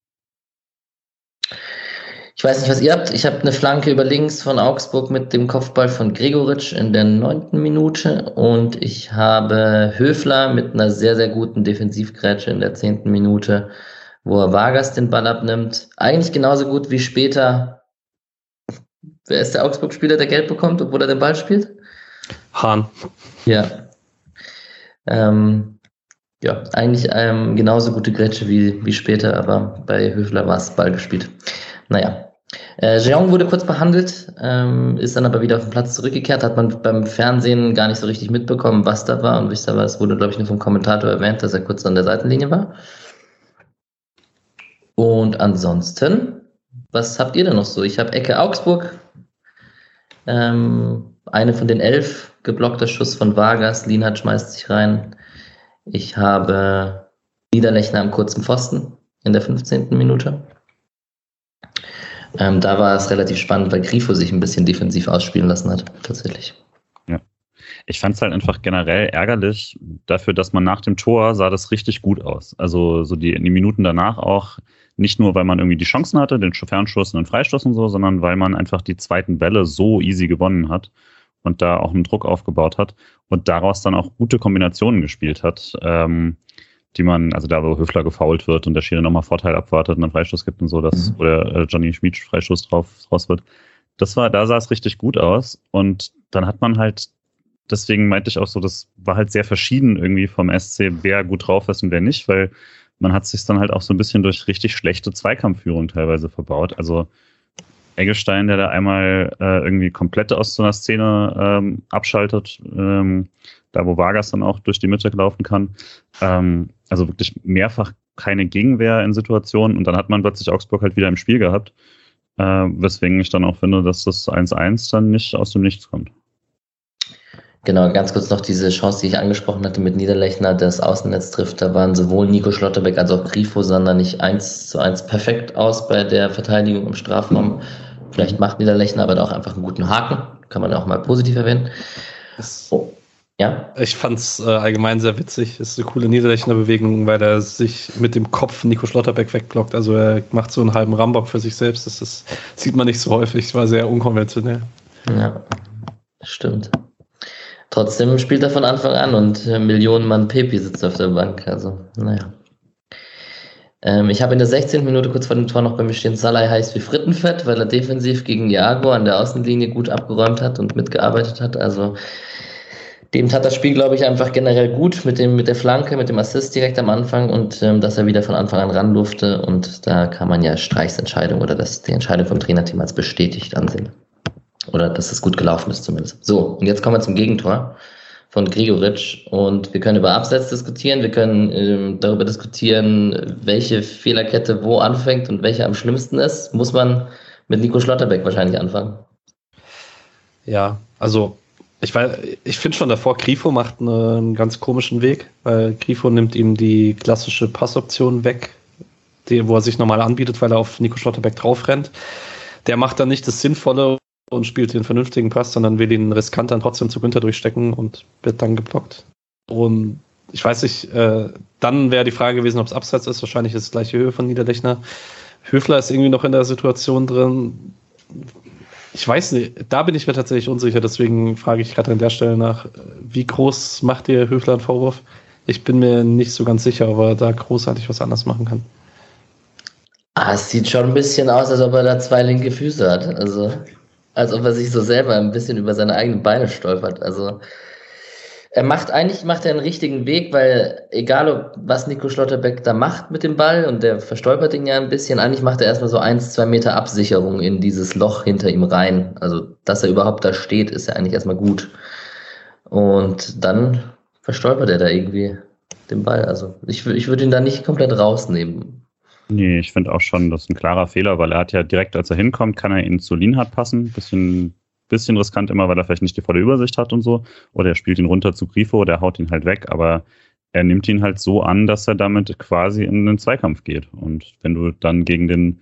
Ich weiß nicht, was ihr habt. Ich habe eine Flanke über links von Augsburg mit dem Kopfball von Gregoritsch in der 9. Minute. Und ich habe Höfler mit einer sehr, sehr guten Defensivgrätsche in der 10. Minute, wo er Vargas den Ball abnimmt. Eigentlich genauso gut wie später. Wer ist der Augsburg-Spieler, der Gelb bekommt, obwohl er den Ball spielt? Hahn. Ja. Eigentlich genauso gute Grätsche wie später, aber bei Höfler war es Ball gespielt. Naja. Jeong wurde kurz behandelt, ist dann aber wieder auf den Platz zurückgekehrt, hat man beim Fernsehen gar nicht so richtig mitbekommen, was da war. Und es wurde, glaube ich, nur vom Kommentator erwähnt, dass er kurz an der Seitenlinie war. Und ansonsten, was habt ihr denn noch so? Ich habe Ecke Augsburg, eine von den 11, geblockter Schuss von Vargas, Lienhardt schmeißt sich rein. Ich habe Niederlechner am kurzen Pfosten in der 15. Minute. Da war es relativ spannend, weil Grifo sich ein bisschen defensiv ausspielen lassen hat, tatsächlich. Ja. Ich fand es halt einfach generell ärgerlich dafür, dass man nach dem Tor sah das richtig gut aus. Also so die Minuten danach auch, nicht nur, weil man irgendwie die Chancen hatte, den Fernschuss und den Freistoß und so, sondern weil man einfach die zweiten Bälle so easy gewonnen hat und da auch einen Druck aufgebaut hat und daraus dann auch gute Kombinationen gespielt hat, die man, also da, wo Höfler gefoult wird und der Schiri nochmal Vorteil abwartet und einen Freistoß gibt und so, wo der Johnny Schmid Freistoß raus wird. Da sah es richtig gut aus und dann hat man halt, deswegen meinte ich auch so, das war halt sehr verschieden irgendwie vom SC, wer gut drauf ist und wer nicht, weil man hat sich dann halt auch so ein bisschen durch richtig schlechte Zweikampfführung teilweise verbaut. Also Eggestein, der da einmal irgendwie komplett aus so einer Szene abschaltet, da wo Vargas dann auch durch die Mitte laufen kann. Also wirklich mehrfach keine Gegenwehr in Situationen und dann hat man plötzlich Augsburg halt wieder im Spiel gehabt, weswegen ich dann auch finde, dass das 1-1 dann nicht aus dem Nichts kommt. Genau, ganz kurz noch diese Chance, die ich angesprochen hatte mit Niederlechner, das Außennetz trifft, da waren sowohl Nico Schlotterbeck als auch Grifo, sondern nicht 1:1 perfekt aus bei der Verteidigung im Strafraum. Vielleicht macht Niederlechner aber auch einfach einen guten Haken, kann man auch mal positiv erwähnen. Ja? Ich fand es allgemein sehr witzig. Es ist eine coole Niederlechner-Bewegung, weil er sich mit dem Kopf Nico Schlotterbeck wegblockt. Also er macht so einen halben Rambock für sich selbst. Das sieht man nicht so häufig. Es war sehr unkonventionell. Ja, stimmt. Trotzdem spielt er von Anfang an und Millionen Mann Pepi sitzt auf der Bank. Also, naja. Ich habe in der 16. Minute kurz vor dem Tor noch bei mir stehen, Salai heißt wie Frittenfett, weil er defensiv gegen Iago an der Außenlinie gut abgeräumt hat und mitgearbeitet hat. Also dem tat das Spiel, glaube ich, einfach generell gut mit der Flanke, mit dem Assist direkt am Anfang und dass er wieder von Anfang an ran durfte. Und da kann man ja Streichs Entscheidung oder die Entscheidung vom Trainerteam als bestätigt ansehen. Oder dass es gut gelaufen ist zumindest. So, und jetzt kommen wir zum Gegentor von Gregoritsch. Und wir können über Abseits diskutieren. Wir können darüber diskutieren, welche Fehlerkette wo anfängt und welche am schlimmsten ist. Muss man mit Nico Schlotterbeck wahrscheinlich anfangen. Ja, also ich finde schon davor, Grifo macht einen ganz komischen Weg, weil Grifo nimmt ihm die klassische Passoption weg, wo er sich normal anbietet, weil er auf Nico Schlotterbeck drauf rennt. Der macht dann nicht das Sinnvolle und spielt den vernünftigen Pass, sondern will ihn riskant dann trotzdem zu Günther durchstecken und wird dann geblockt. Und ich weiß nicht, dann wäre die Frage gewesen, ob es Abseits ist. Wahrscheinlich ist es gleiche Höhe von Niederlechner. Höfler ist irgendwie noch in der Situation drin. Ich weiß nicht, da bin ich mir tatsächlich unsicher, deswegen frage ich gerade an der Stelle nach, wie groß macht dir Höfler einen Vorwurf? Ich bin mir nicht so ganz sicher, ob er da großartig was anders machen kann. Es sieht schon ein bisschen aus, als ob er da zwei linke Füße hat. Also als ob er sich so selber ein bisschen über seine eigenen Beine stolpert. Also eigentlich macht er einen richtigen Weg, weil egal was Nico Schlotterbeck da macht mit dem Ball und der verstolpert ihn ja ein bisschen, eigentlich macht er erstmal so 1-2 Meter Absicherung in dieses Loch hinter ihm rein. Also dass er überhaupt da steht, ist ja eigentlich erstmal gut. Und dann verstolpert er da irgendwie den Ball. Also ich würde ihn da nicht komplett rausnehmen. Nee, ich finde auch schon, das ist ein klarer Fehler, weil er hat ja direkt, als er hinkommt, kann er ihn zu Lienhardt passen. Bisschen riskant immer, weil er vielleicht nicht die volle Übersicht hat und so. Oder er spielt ihn runter zu Grifo, der haut ihn halt weg, aber er nimmt ihn halt so an, dass er damit quasi in den Zweikampf geht. Und wenn du dann gegen den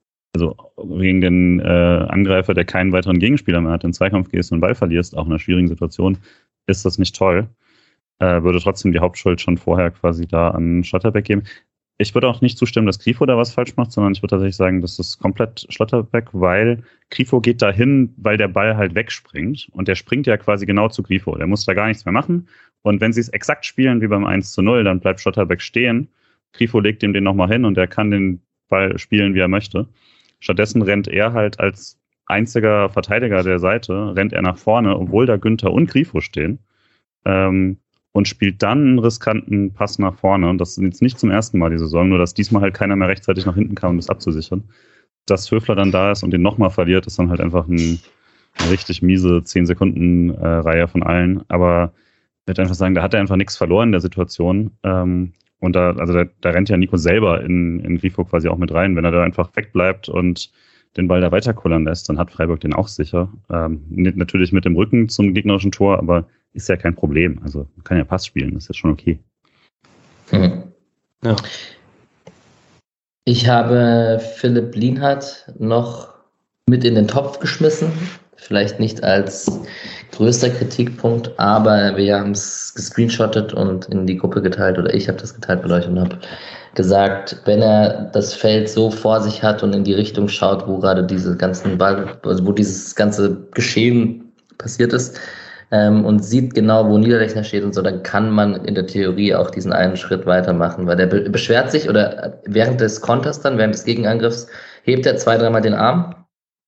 Angreifer, der keinen weiteren Gegenspieler mehr hat, in den Zweikampf gehst und den Ball verlierst, auch in einer schwierigen Situation, ist das nicht toll. Würde trotzdem die Hauptschuld schon vorher quasi da an Schlotterbeck geben. Ich würde auch nicht zustimmen, dass Grifo da was falsch macht, sondern ich würde tatsächlich sagen, das ist komplett Schlotterbeck, weil Grifo geht dahin, weil der Ball halt wegspringt und der springt ja quasi genau zu Grifo. Der muss da gar nichts mehr machen und wenn sie es exakt spielen wie beim 1:0, dann bleibt Schlotterbeck stehen. Grifo legt ihm den nochmal hin und er kann den Ball spielen, wie er möchte. Stattdessen rennt er halt als einziger Verteidiger der Seite, rennt er nach vorne, obwohl da Günther und Grifo stehen. Und spielt dann einen riskanten Pass nach vorne. Und das ist jetzt nicht zum ersten Mal die Saison, nur dass diesmal halt keiner mehr rechtzeitig nach hinten kam, um das abzusichern. Dass Höfler dann da ist und den nochmal verliert, ist dann halt einfach eine richtig miese 10-Sekunden-Reihe von allen. Aber ich würde einfach sagen, da hat er einfach nichts verloren in der Situation. Und da rennt ja Nico selber in Grifo quasi auch mit rein. Wenn er da einfach wegbleibt und den Ball da weiterkullern lässt, dann hat Freiburg den auch sicher. Natürlich mit dem Rücken zum gegnerischen Tor, aber ist ja kein Problem. Also man kann ja Pass spielen, das ist ja schon okay. Mhm. Ja. Ich habe Philipp Lienhardt noch mit in den Topf geschmissen. Vielleicht nicht als größter Kritikpunkt, aber wir haben es gescreenshottet und in die Gruppe geteilt, oder ich habe das geteilt mit euch und habe gesagt, wenn er das Feld so vor sich hat und in die Richtung schaut, wo gerade diese ganzen wo dieses ganze Geschehen passiert ist, und sieht genau, wo Niederlechner steht und so, dann kann man in der Theorie auch diesen einen Schritt weitermachen, weil der beschwert sich oder während des Konters dann, während des Gegenangriffs, hebt er 2-3 Mal den Arm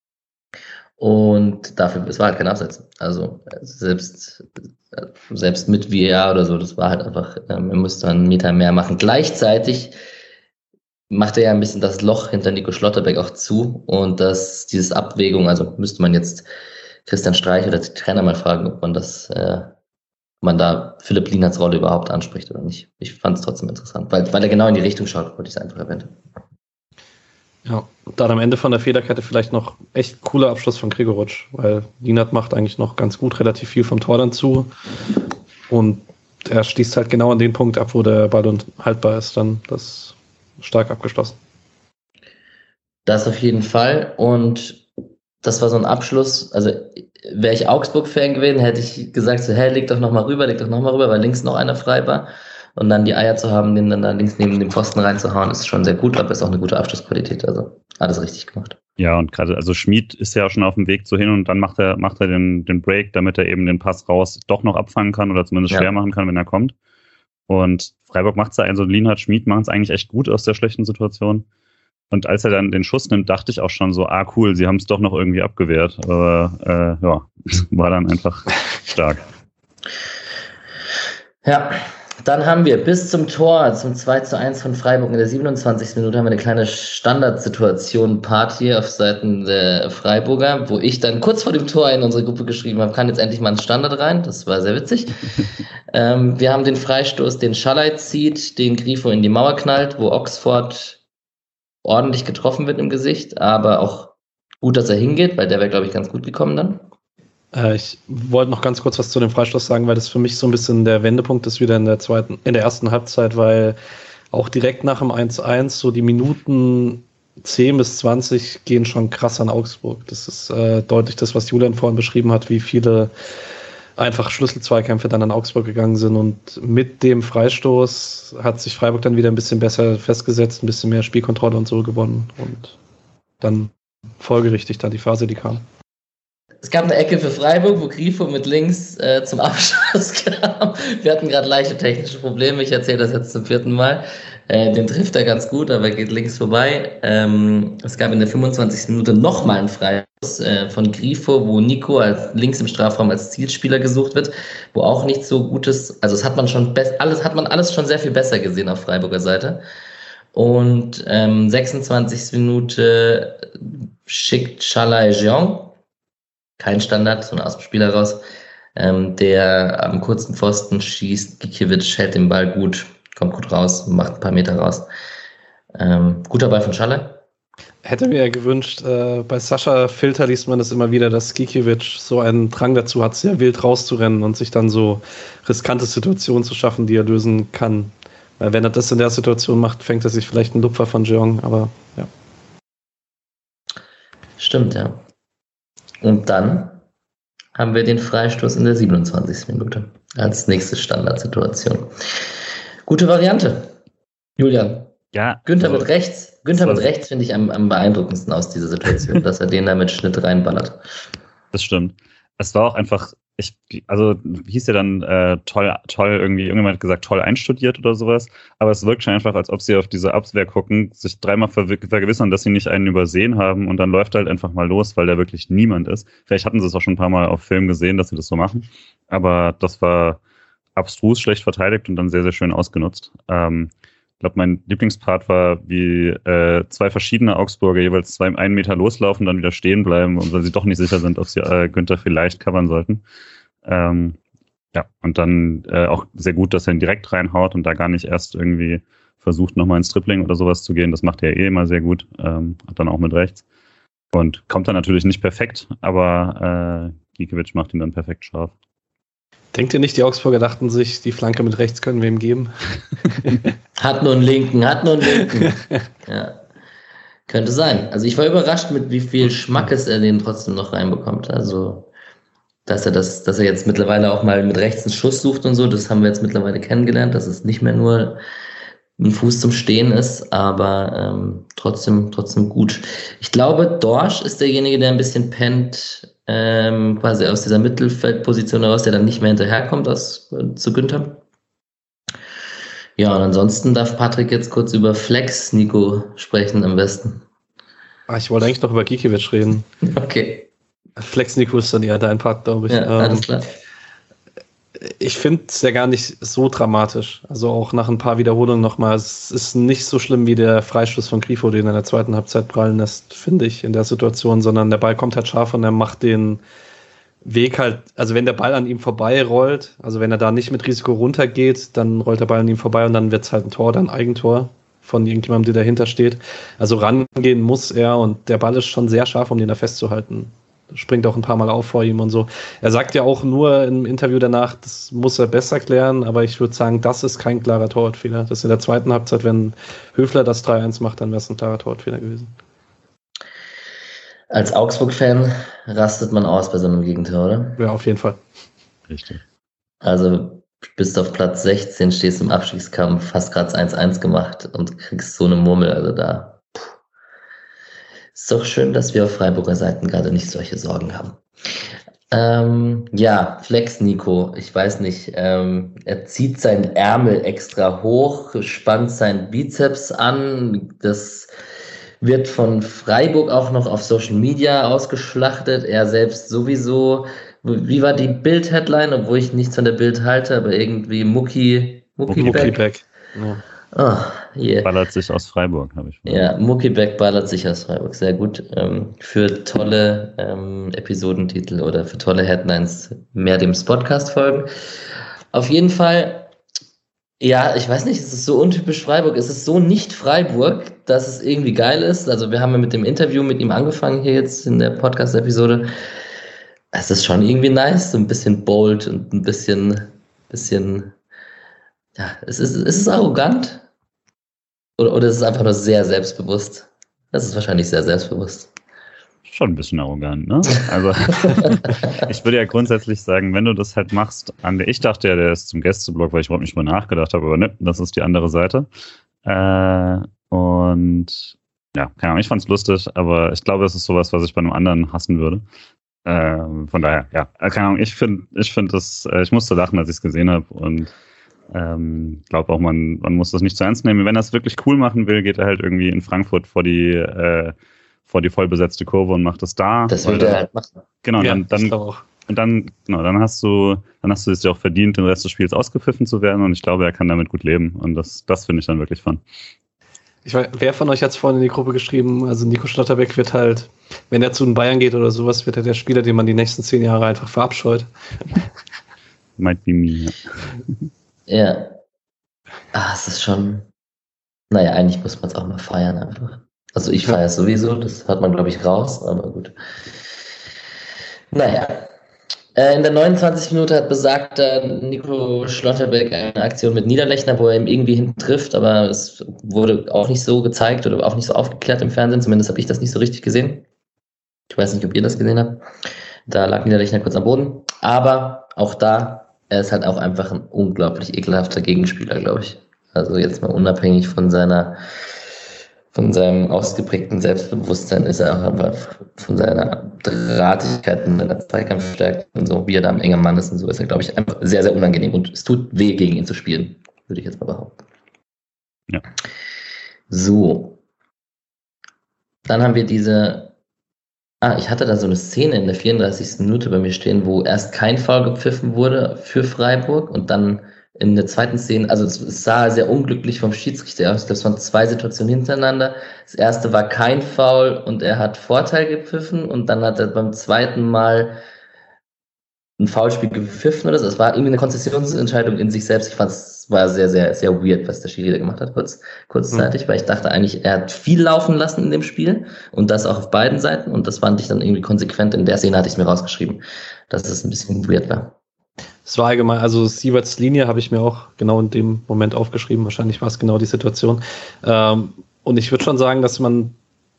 und dafür, es war halt kein Absetzen. Also selbst mit VAR oder so, das war halt einfach, er musste einen Meter mehr machen. Gleichzeitig macht er ja ein bisschen das Loch hinter Nico Schlotterbeck auch zu und dieses Abwägung, also müsste man jetzt Christian Streich oder die Trainer mal fragen, ob man da Philipp Lienhardts Rolle überhaupt anspricht oder nicht. Ich fand es trotzdem interessant, weil er genau in die Richtung schaut, wollte ich es einfach erwähnen. Ja, dann am Ende von der Fehlerkette vielleicht noch echt cooler Abschluss von Gregoritsch, weil Lienhardt macht eigentlich noch ganz gut relativ viel vom Tor dann zu und er schließt halt genau an den Punkt ab, wo der Ball unhaltbar ist, dann das stark abgeschlossen. Das auf jeden Fall und das war so ein Abschluss, also wäre ich Augsburg-Fan gewesen, hätte ich gesagt so, hey, leg doch nochmal rüber, weil links noch einer frei war. Und dann die Eier zu haben, den dann da links neben dem Pfosten reinzuhauen, ist schon sehr gut, aber ist auch eine gute Abschlussqualität, also alles richtig gemacht. Ja, und gerade, also Schmid ist ja schon auf dem Weg so hin und dann macht er den Break, damit er eben den Pass raus doch noch abfangen kann oder zumindest schwer machen kann, wenn er kommt. Und Freiburg macht es also Lienhardt, Schmid machen es eigentlich echt gut aus der schlechten Situation. Und als er dann den Schuss nimmt, dachte ich auch schon so, cool, sie haben es doch noch irgendwie abgewehrt. Aber war dann einfach stark. Ja, dann haben wir bis zum Tor, zum 2:1 von Freiburg in der 27. Minute haben wir eine kleine Standardsituation Party auf Seiten der Freiburger, wo ich dann kurz vor dem Tor in unsere Gruppe geschrieben habe, kann jetzt endlich mal ein Standard rein. Das war sehr witzig. Wir haben den Freistoß, den Schallei zieht, den Grifo in die Mauer knallt, wo Oxford ordentlich getroffen wird im Gesicht, aber auch gut, dass er hingeht, weil der wäre, glaube ich, ganz gut gekommen dann. Ich wollte noch ganz kurz was zu dem Freistoß sagen, weil das für mich so ein bisschen der Wendepunkt ist wieder in der ersten Halbzeit, weil auch direkt nach dem 1:1 so die Minuten 10 bis 20 gehen schon krass an Augsburg. Das ist deutlich das, was Julian vorhin beschrieben hat, wie viele einfach Schlüsselzweikämpfe dann an Augsburg gegangen sind und mit dem Freistoß hat sich Freiburg dann wieder ein bisschen besser festgesetzt, ein bisschen mehr Spielkontrolle und so gewonnen und dann folgerichtig dann die Phase, die kam. Es gab eine Ecke für Freiburg, wo Grifo mit links zum Abschluss kam. Wir hatten gerade leichte technische Probleme, ich erzähle das jetzt zum 4. Mal. Den trifft er ganz gut, aber geht links vorbei. Es gab in der 25. Minute nochmal einen Freistoß von Grifo, wo Nico links im Strafraum als Zielspieler gesucht wird, wo auch nicht so gut ist. Also das hat man schon alles schon sehr viel besser gesehen auf Freiburger Seite. Und 26. Minute schickt Chalai Jeong, kein Standard, sondern aus dem Spiel heraus, der am kurzen Pfosten schießt. Gikiewicz hält den Ball gut, kommt gut raus, macht ein paar Meter raus. Guter Ball von Chalai. Hätte mir ja gewünscht, bei Sascha Filter liest man das immer wieder, dass Gikiewicz so einen Drang dazu hat, sehr wild rauszurennen und sich dann so riskante Situationen zu schaffen, die er lösen kann. Weil wenn er das in der Situation macht, fängt er sich vielleicht einen Lupfer von Jeong, aber ja. Stimmt, ja. Und dann haben wir den Freistoß in der 27. Minute als nächste Standardsituation. Gute Variante. Julian. Ja. Günther mit rechts finde ich am beeindruckendsten aus dieser Situation, dass er den da mit Schnitt reinballert. Das stimmt. Es war auch einfach, wie hieß der dann, toll irgendwie, irgendjemand hat gesagt, toll einstudiert oder sowas, aber es wirkt schon einfach, als ob sie auf diese Abwehr gucken, sich dreimal vergewissern, dass sie nicht einen übersehen haben und dann läuft halt einfach mal los, weil da wirklich niemand ist. Vielleicht hatten sie es auch schon ein paar Mal auf Film gesehen, dass sie das so machen, aber das war abstrus schlecht verteidigt und dann sehr, sehr schön ausgenutzt. Ich glaube, mein Lieblingspart war, wie 2 verschiedene Augsburger jeweils 1 Meter loslaufen, dann wieder stehen bleiben, weil sie doch nicht sicher sind, ob sie Günther vielleicht covern sollten. Ja, und dann auch sehr gut, dass er ihn direkt reinhaut und da gar nicht erst irgendwie versucht, nochmal ins Tripling oder sowas zu gehen. Das macht er immer sehr gut, hat dann auch mit rechts. Und kommt dann natürlich nicht perfekt, aber Gikiewicz macht ihn dann perfekt scharf. Denkt ihr nicht, die Augsburger dachten sich, die Flanke mit rechts können wir ihm geben? Hat nur einen linken. Ja. Könnte sein. Also ich war überrascht, mit wie viel Schmackes er den trotzdem noch reinbekommt. Also, dass er jetzt mittlerweile auch mal mit rechts einen Schuss sucht und so, das haben wir jetzt mittlerweile kennengelernt, dass es nicht mehr nur ein Fuß zum Stehen ist, aber trotzdem gut. Ich glaube, Dorsch ist derjenige, der ein bisschen pennt, quasi aus dieser Mittelfeldposition heraus, der dann nicht mehr hinterherkommt zu Günther. Ja, und ansonsten darf Patrick jetzt kurz über Flex Nico sprechen am besten. Ich wollte eigentlich noch über Gikiewicz reden. Okay. Flex Nico ist dann eher dein Part, glaube ich. Ja, alles klar. Ich finde es ja gar nicht so dramatisch. Also auch nach ein paar Wiederholungen nochmal. Es ist nicht so schlimm wie der Freistoß von Grifo, den er in der zweiten Halbzeit prallen lässt, finde ich, in der Situation, sondern der Ball kommt halt scharf und er macht den Weg halt, also wenn der Ball an ihm vorbei rollt, also wenn er da nicht mit Risiko runtergeht, dann rollt der Ball an ihm vorbei und dann wird es halt ein Tor, dann ein Eigentor von irgendjemandem, der dahinter steht. Also rangehen muss er und der Ball ist schon sehr scharf, um den da festzuhalten. Springt auch ein paar Mal auf vor ihm und so. Er sagt ja auch nur im Interview danach, das muss er besser klären, aber ich würde sagen, das ist kein klarer Torwartfehler. Das ist in der zweiten Halbzeit, wenn Höfler das 3-1 macht, dann wäre es ein klarer Torwartfehler gewesen. Als Augsburg-Fan rastet man aus bei so einem Gegentor, oder? Ja, auf jeden Fall. Richtig. Also bist auf Platz 16, stehst im Abstiegskampf, hast gerade 1-1 gemacht und kriegst so eine Murmel, also da. Ist doch schön, dass wir auf Freiburger Seiten gerade nicht solche Sorgen haben. Ja, Flex Nico, ich weiß nicht, er zieht seinen Ärmel extra hoch, spannt seinen Bizeps an, das wird von Freiburg auch noch auf Social Media ausgeschlachtet, er selbst sowieso. Wie war die Bild-Headline, obwohl ich nichts von der Bild halte, aber irgendwie Mucki-Back. Ja. Oh, yeah. Ballert sich aus Freiburg, habe ich. Ja, Mucki-Back ballert sich aus Freiburg. Sehr gut. Für tolle Episodentitel oder für tolle Headlines mehr dem Podcast folgen. Auf jeden Fall, ja, ich weiß nicht, es ist so untypisch Freiburg. Es ist so nicht Freiburg, dass es irgendwie geil ist. Also wir haben ja mit dem Interview mit ihm angefangen hier jetzt in der Podcast-Episode. Es ist schon irgendwie nice, so ein bisschen bold und ein bisschen, ja, ist es arrogant? Oder ist es einfach nur sehr selbstbewusst? Das ist wahrscheinlich sehr selbstbewusst. Schon ein bisschen arrogant, ne? Also, ich würde ja grundsätzlich sagen, wenn du das halt machst, ich dachte ja, der ist zum Gästeblock, weil ich überhaupt nicht mal nachgedacht habe, aber ne, das ist die andere Seite. Und ja, keine Ahnung, ich fand's lustig, aber ich glaube, das ist sowas, was ich bei einem anderen hassen würde. Von daher, ja, keine Ahnung, ich finde das, ich musste lachen, als ich es gesehen habe und glaube auch, man muss das nicht zu ernst nehmen. Wenn er es wirklich cool machen will, geht er halt irgendwie in Frankfurt vor die vollbesetzte Kurve und macht es da. Das würde er halt machen. Genau, ja, dann hast du es ja auch verdient, den Rest des Spiels ausgepfiffen zu werden und ich glaube, er kann damit gut leben und das finde ich dann wirklich fun. Ich weiß, wer von euch hat es vorhin in die Gruppe geschrieben, also Nico Schlotterbeck wird halt, wenn er zu den Bayern geht oder sowas, wird er der Spieler, den man die nächsten 10 Jahre einfach verabscheut. Might be me, ja. Ja. Es ist schon. Naja, eigentlich muss man es auch mal feiern einfach. Also ich feiere es sowieso, das hat man, glaube ich, raus, aber gut. Naja. In der 29. Minute hat besagter Nico Schlotterbeck eine Aktion mit Niederlechner, wo er ihm irgendwie hintrifft, aber es wurde auch nicht so gezeigt oder auch nicht so aufgeklärt im Fernsehen, zumindest habe ich das nicht so richtig gesehen. Ich weiß nicht, ob ihr das gesehen habt. Da lag Niederlechner kurz am Boden, aber auch da, er ist halt auch einfach ein unglaublich ekelhafter Gegenspieler, glaube ich. Also jetzt mal unabhängig von seinem ausgeprägten Selbstbewusstsein ist er auch einfach von seiner Drahtigkeit und seiner Zweikampfstärke und so, wie er da am engen Mann ist und so, ist er, glaube ich, einfach sehr, sehr unangenehm und es tut weh, gegen ihn zu spielen, würde ich jetzt mal behaupten. Ja. So. Dann haben wir ich hatte da so eine Szene in der 34. Minute bei mir stehen, wo erst kein Foul gepfiffen wurde für Freiburg und dann in der zweiten Szene, also es sah sehr unglücklich vom Schiedsrichter aus. Ich glaube, es waren 2 Situationen hintereinander. Das erste war kein Foul und er hat Vorteil gepfiffen und dann hat er beim zweiten Mal ein Foulspiel gepfiffen oder so. Es war irgendwie eine Konzessionsentscheidung in sich selbst. Ich fand, es war sehr, sehr, sehr weird, was der Schiri da gemacht hat, kurzzeitig, weil ich dachte eigentlich, er hat viel laufen lassen in dem Spiel und das auch auf beiden Seiten und das fand ich dann irgendwie konsequent. In der Szene hatte ich es mir rausgeschrieben, dass es ein bisschen weird war. Es war allgemein, also Sieverts Linie habe ich mir auch genau in dem Moment aufgeschrieben. Wahrscheinlich war es genau die Situation. Und ich würde schon sagen, dass man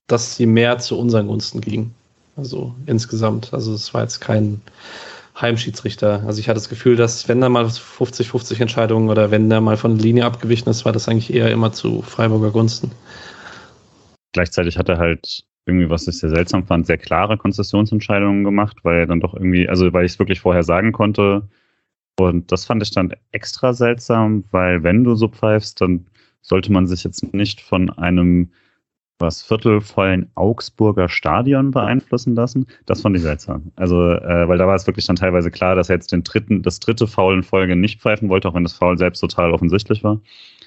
dass sie mehr zu unseren Gunsten ging. Also insgesamt. Also es war jetzt kein Heimschiedsrichter. Also ich hatte das Gefühl, dass wenn da mal 50-50 Entscheidungen oder wenn der mal von der Linie abgewichen ist, war das eigentlich eher immer zu Freiburger Gunsten. Gleichzeitig hat er halt irgendwie, was ich sehr seltsam fand, sehr klare Konzessionsentscheidungen gemacht, weil er dann doch irgendwie, also weil ich es wirklich vorher sagen konnte. Und das fand ich dann extra seltsam, weil wenn du so pfeifst, dann sollte man sich jetzt nicht von einem viertelvollen Augsburger Stadion beeinflussen lassen. Das fand ich seltsam. Also, weil da war es wirklich dann teilweise klar, dass er jetzt das dritte Foul in Folge nicht pfeifen wollte, auch wenn das Foul selbst total offensichtlich war.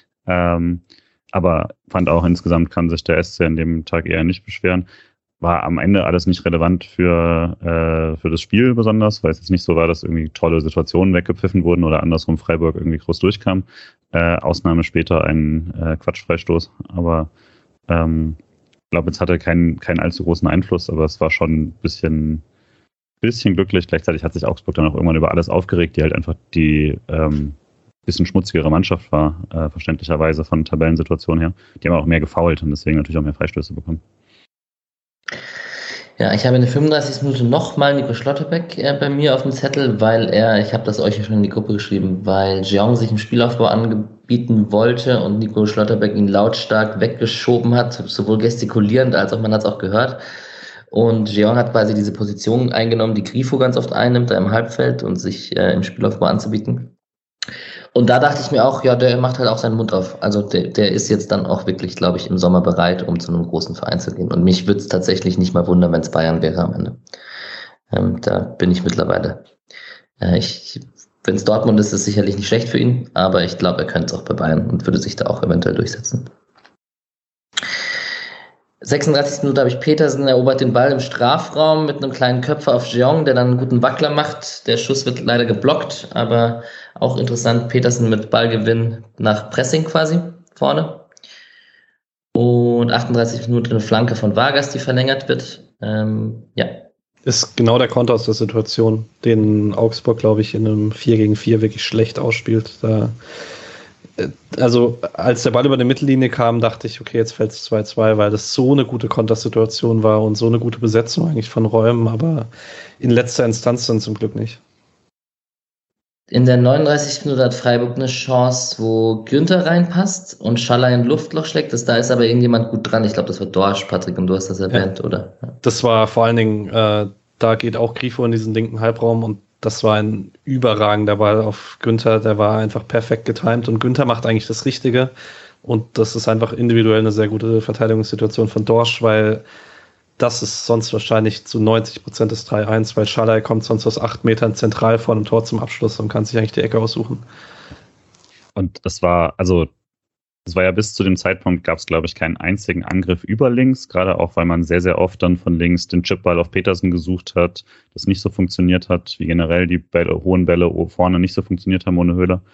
Aber fand auch insgesamt kann sich der SC an dem Tag eher nicht beschweren. War am Ende alles nicht relevant für das Spiel besonders, weil es jetzt nicht so war, dass irgendwie tolle Situationen weggepfiffen wurden oder andersrum Freiburg irgendwie groß durchkam. Ausnahme später ein Quatschfreistoß. Aber ich glaube, jetzt hatte er keinen allzu großen Einfluss, aber es war schon ein bisschen glücklich. Gleichzeitig hat sich Augsburg dann auch irgendwann über alles aufgeregt, die halt einfach die bisschen schmutzigere Mannschaft war, verständlicherweise von Tabellensituation her. Die haben auch mehr gefoult und deswegen natürlich auch mehr Freistöße bekommen. Ja, ich habe in der 35. Minute nochmal Nico Schlotterbeck bei mir auf dem Zettel, weil ich habe das euch ja schon in die Gruppe geschrieben, weil Jeong sich im Spielaufbau anbieten wollte und Nico Schlotterbeck ihn lautstark weggeschoben hat, sowohl gestikulierend als auch man hat es auch gehört. Und Jeong hat quasi diese Position eingenommen, die Grifo ganz oft einnimmt, da im Halbfeld und sich im Spielaufbau anzubieten. Und da dachte ich mir auch, ja, der macht halt auch seinen Mund auf. Also der ist jetzt dann auch wirklich, glaube ich, im Sommer bereit, um zu einem großen Verein zu gehen. Und mich würde es tatsächlich nicht mal wundern, wenn es Bayern wäre am Ende. Da bin ich mittlerweile. Wenn es Dortmund ist, ist es sicherlich nicht schlecht für ihn, aber ich glaube, er könnte es auch bei Bayern und würde sich da auch eventuell durchsetzen. 36. Minute habe ich Petersen, erobert den Ball im Strafraum mit einem kleinen Köpfer auf Jeong, der dann einen guten Wackler macht. Der Schuss wird leider geblockt, aber auch interessant, Petersen mit Ballgewinn nach Pressing quasi vorne. Und 38 Minuten eine Flanke von Vargas, die verlängert wird. Ja. Ist genau der Konter aus der Situation, den Augsburg, glaube ich, in einem 4-gegen-4 wirklich schlecht ausspielt. Also als der Ball über die Mittellinie kam, dachte ich, okay, jetzt fällt es 2-2, weil das so eine gute Kontersituation war und so eine gute Besetzung eigentlich von Räumen, aber in letzter Instanz dann zum Glück nicht. In der 39. Minute hat Freiburg eine Chance, wo Günther reinpasst und Schaller in Luftloch schlägt. Da ist aber irgendjemand gut dran. Ich glaube, das war Dorsch, Patrick, und du hast das erwähnt, ja. Oder? Ja. Das war vor allen Dingen, da geht auch Grifo in diesen linken Halbraum und das war ein überragender Ball auf Günther. Der war einfach perfekt getimt und Günther macht eigentlich das Richtige. Und das ist einfach individuell eine sehr gute Verteidigungssituation von Dorsch, weil das ist sonst wahrscheinlich zu 90% des 3-1, weil Schaller kommt sonst aus 8 Metern zentral vor dem Tor zum Abschluss und kann sich eigentlich die Ecke aussuchen. Und das war ja bis zu dem Zeitpunkt, gab es, glaube ich, keinen einzigen Angriff über links, gerade auch, weil man sehr, sehr oft dann von links den Chipball auf Petersen gesucht hat, das nicht so funktioniert hat, wie generell die hohen Bälle vorne nicht so funktioniert haben ohne Höhle.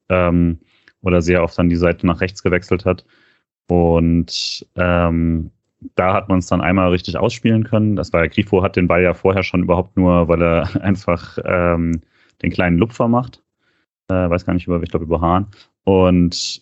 Oder sehr oft dann die Seite nach rechts gewechselt hat. Und da hat man es dann einmal richtig ausspielen können. Das war ja, Grifo hat den Ball ja vorher schon überhaupt nur, weil er einfach den kleinen Lupfer macht. Weiß gar nicht ich glaube über Hahn. Und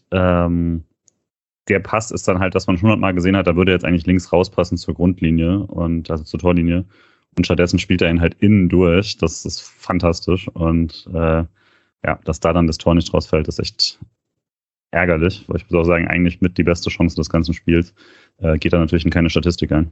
der Pass ist dann halt, dass man 100-mal gesehen hat, da würde jetzt eigentlich links rauspassen zur Grundlinie und also zur Torlinie. Und stattdessen spielt er ihn halt innen durch. Das ist fantastisch. Und dass da dann das Tor nicht rausfällt, ist echt ärgerlich. Weil ich muss auch sagen, eigentlich mit die beste Chance des ganzen Spiels. Geht da natürlich in keine Statistik ein.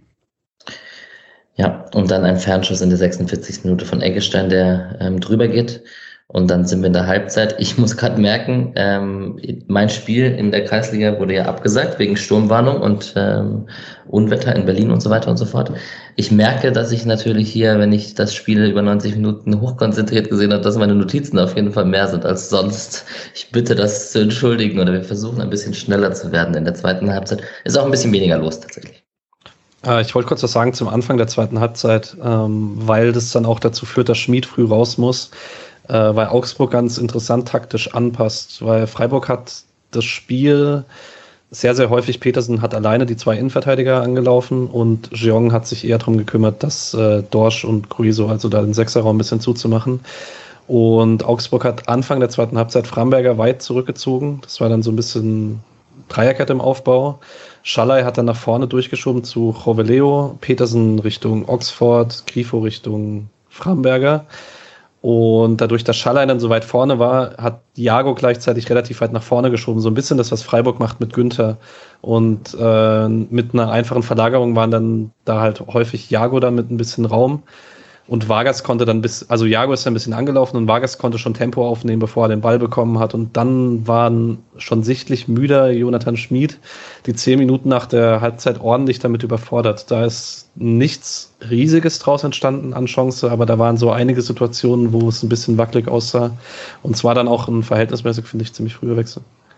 Ja, und dann ein Fernschuss in der 46. Minute von Eggestein, der drüber geht. Und dann sind wir in der Halbzeit. Ich muss gerade merken, mein Spiel in der Kreisliga wurde ja abgesagt wegen Sturmwarnung und Unwetter in Berlin und so weiter und so fort. Ich merke, dass ich natürlich hier, wenn ich das Spiel über 90 Minuten hochkonzentriert gesehen habe, dass meine Notizen auf jeden Fall mehr sind als sonst. Ich bitte das zu entschuldigen oder wir versuchen ein bisschen schneller zu werden in der zweiten Halbzeit. Ist auch ein bisschen weniger los tatsächlich. Ich wollte kurz was sagen zum Anfang der zweiten Halbzeit, weil das dann auch dazu führt, dass Schmid früh raus muss. Weil Augsburg ganz interessant taktisch anpasst, weil Freiburg hat das Spiel sehr, sehr häufig, Petersen hat alleine die 2 Innenverteidiger angelaufen und Jeong hat sich eher darum gekümmert, dass Dorsch und Gruizo, also da den Sechserraum ein bisschen zuzumachen. Und Augsburg hat Anfang der zweiten Halbzeit Framberger weit zurückgezogen. Das war dann so ein bisschen Dreierkette im Aufbau. Schallei hat dann nach vorne durchgeschoben zu Joveleo, Petersen Richtung Oxford, Grifo Richtung Framberger. Und dadurch, dass Schallei dann so weit vorne war, hat Jago gleichzeitig relativ weit nach vorne geschoben. So ein bisschen das, was Freiburg macht mit Günther. Und mit einer einfachen Verlagerung waren dann da halt häufig Jago dann mit ein bisschen Raum. Und Vargas konnte dann also Jago ist dann ein bisschen angelaufen und Vargas konnte schon Tempo aufnehmen, bevor er den Ball bekommen hat. Und dann waren schon sichtlich müder Jonathan Schmid die 10 Minuten nach der Halbzeit ordentlich damit überfordert. Da ist nichts Riesiges draus entstanden an Chance, aber da waren so einige Situationen, wo es ein bisschen wackelig aussah. Und zwar dann auch ein verhältnismäßig, finde ich, ziemlich früher Wechsel.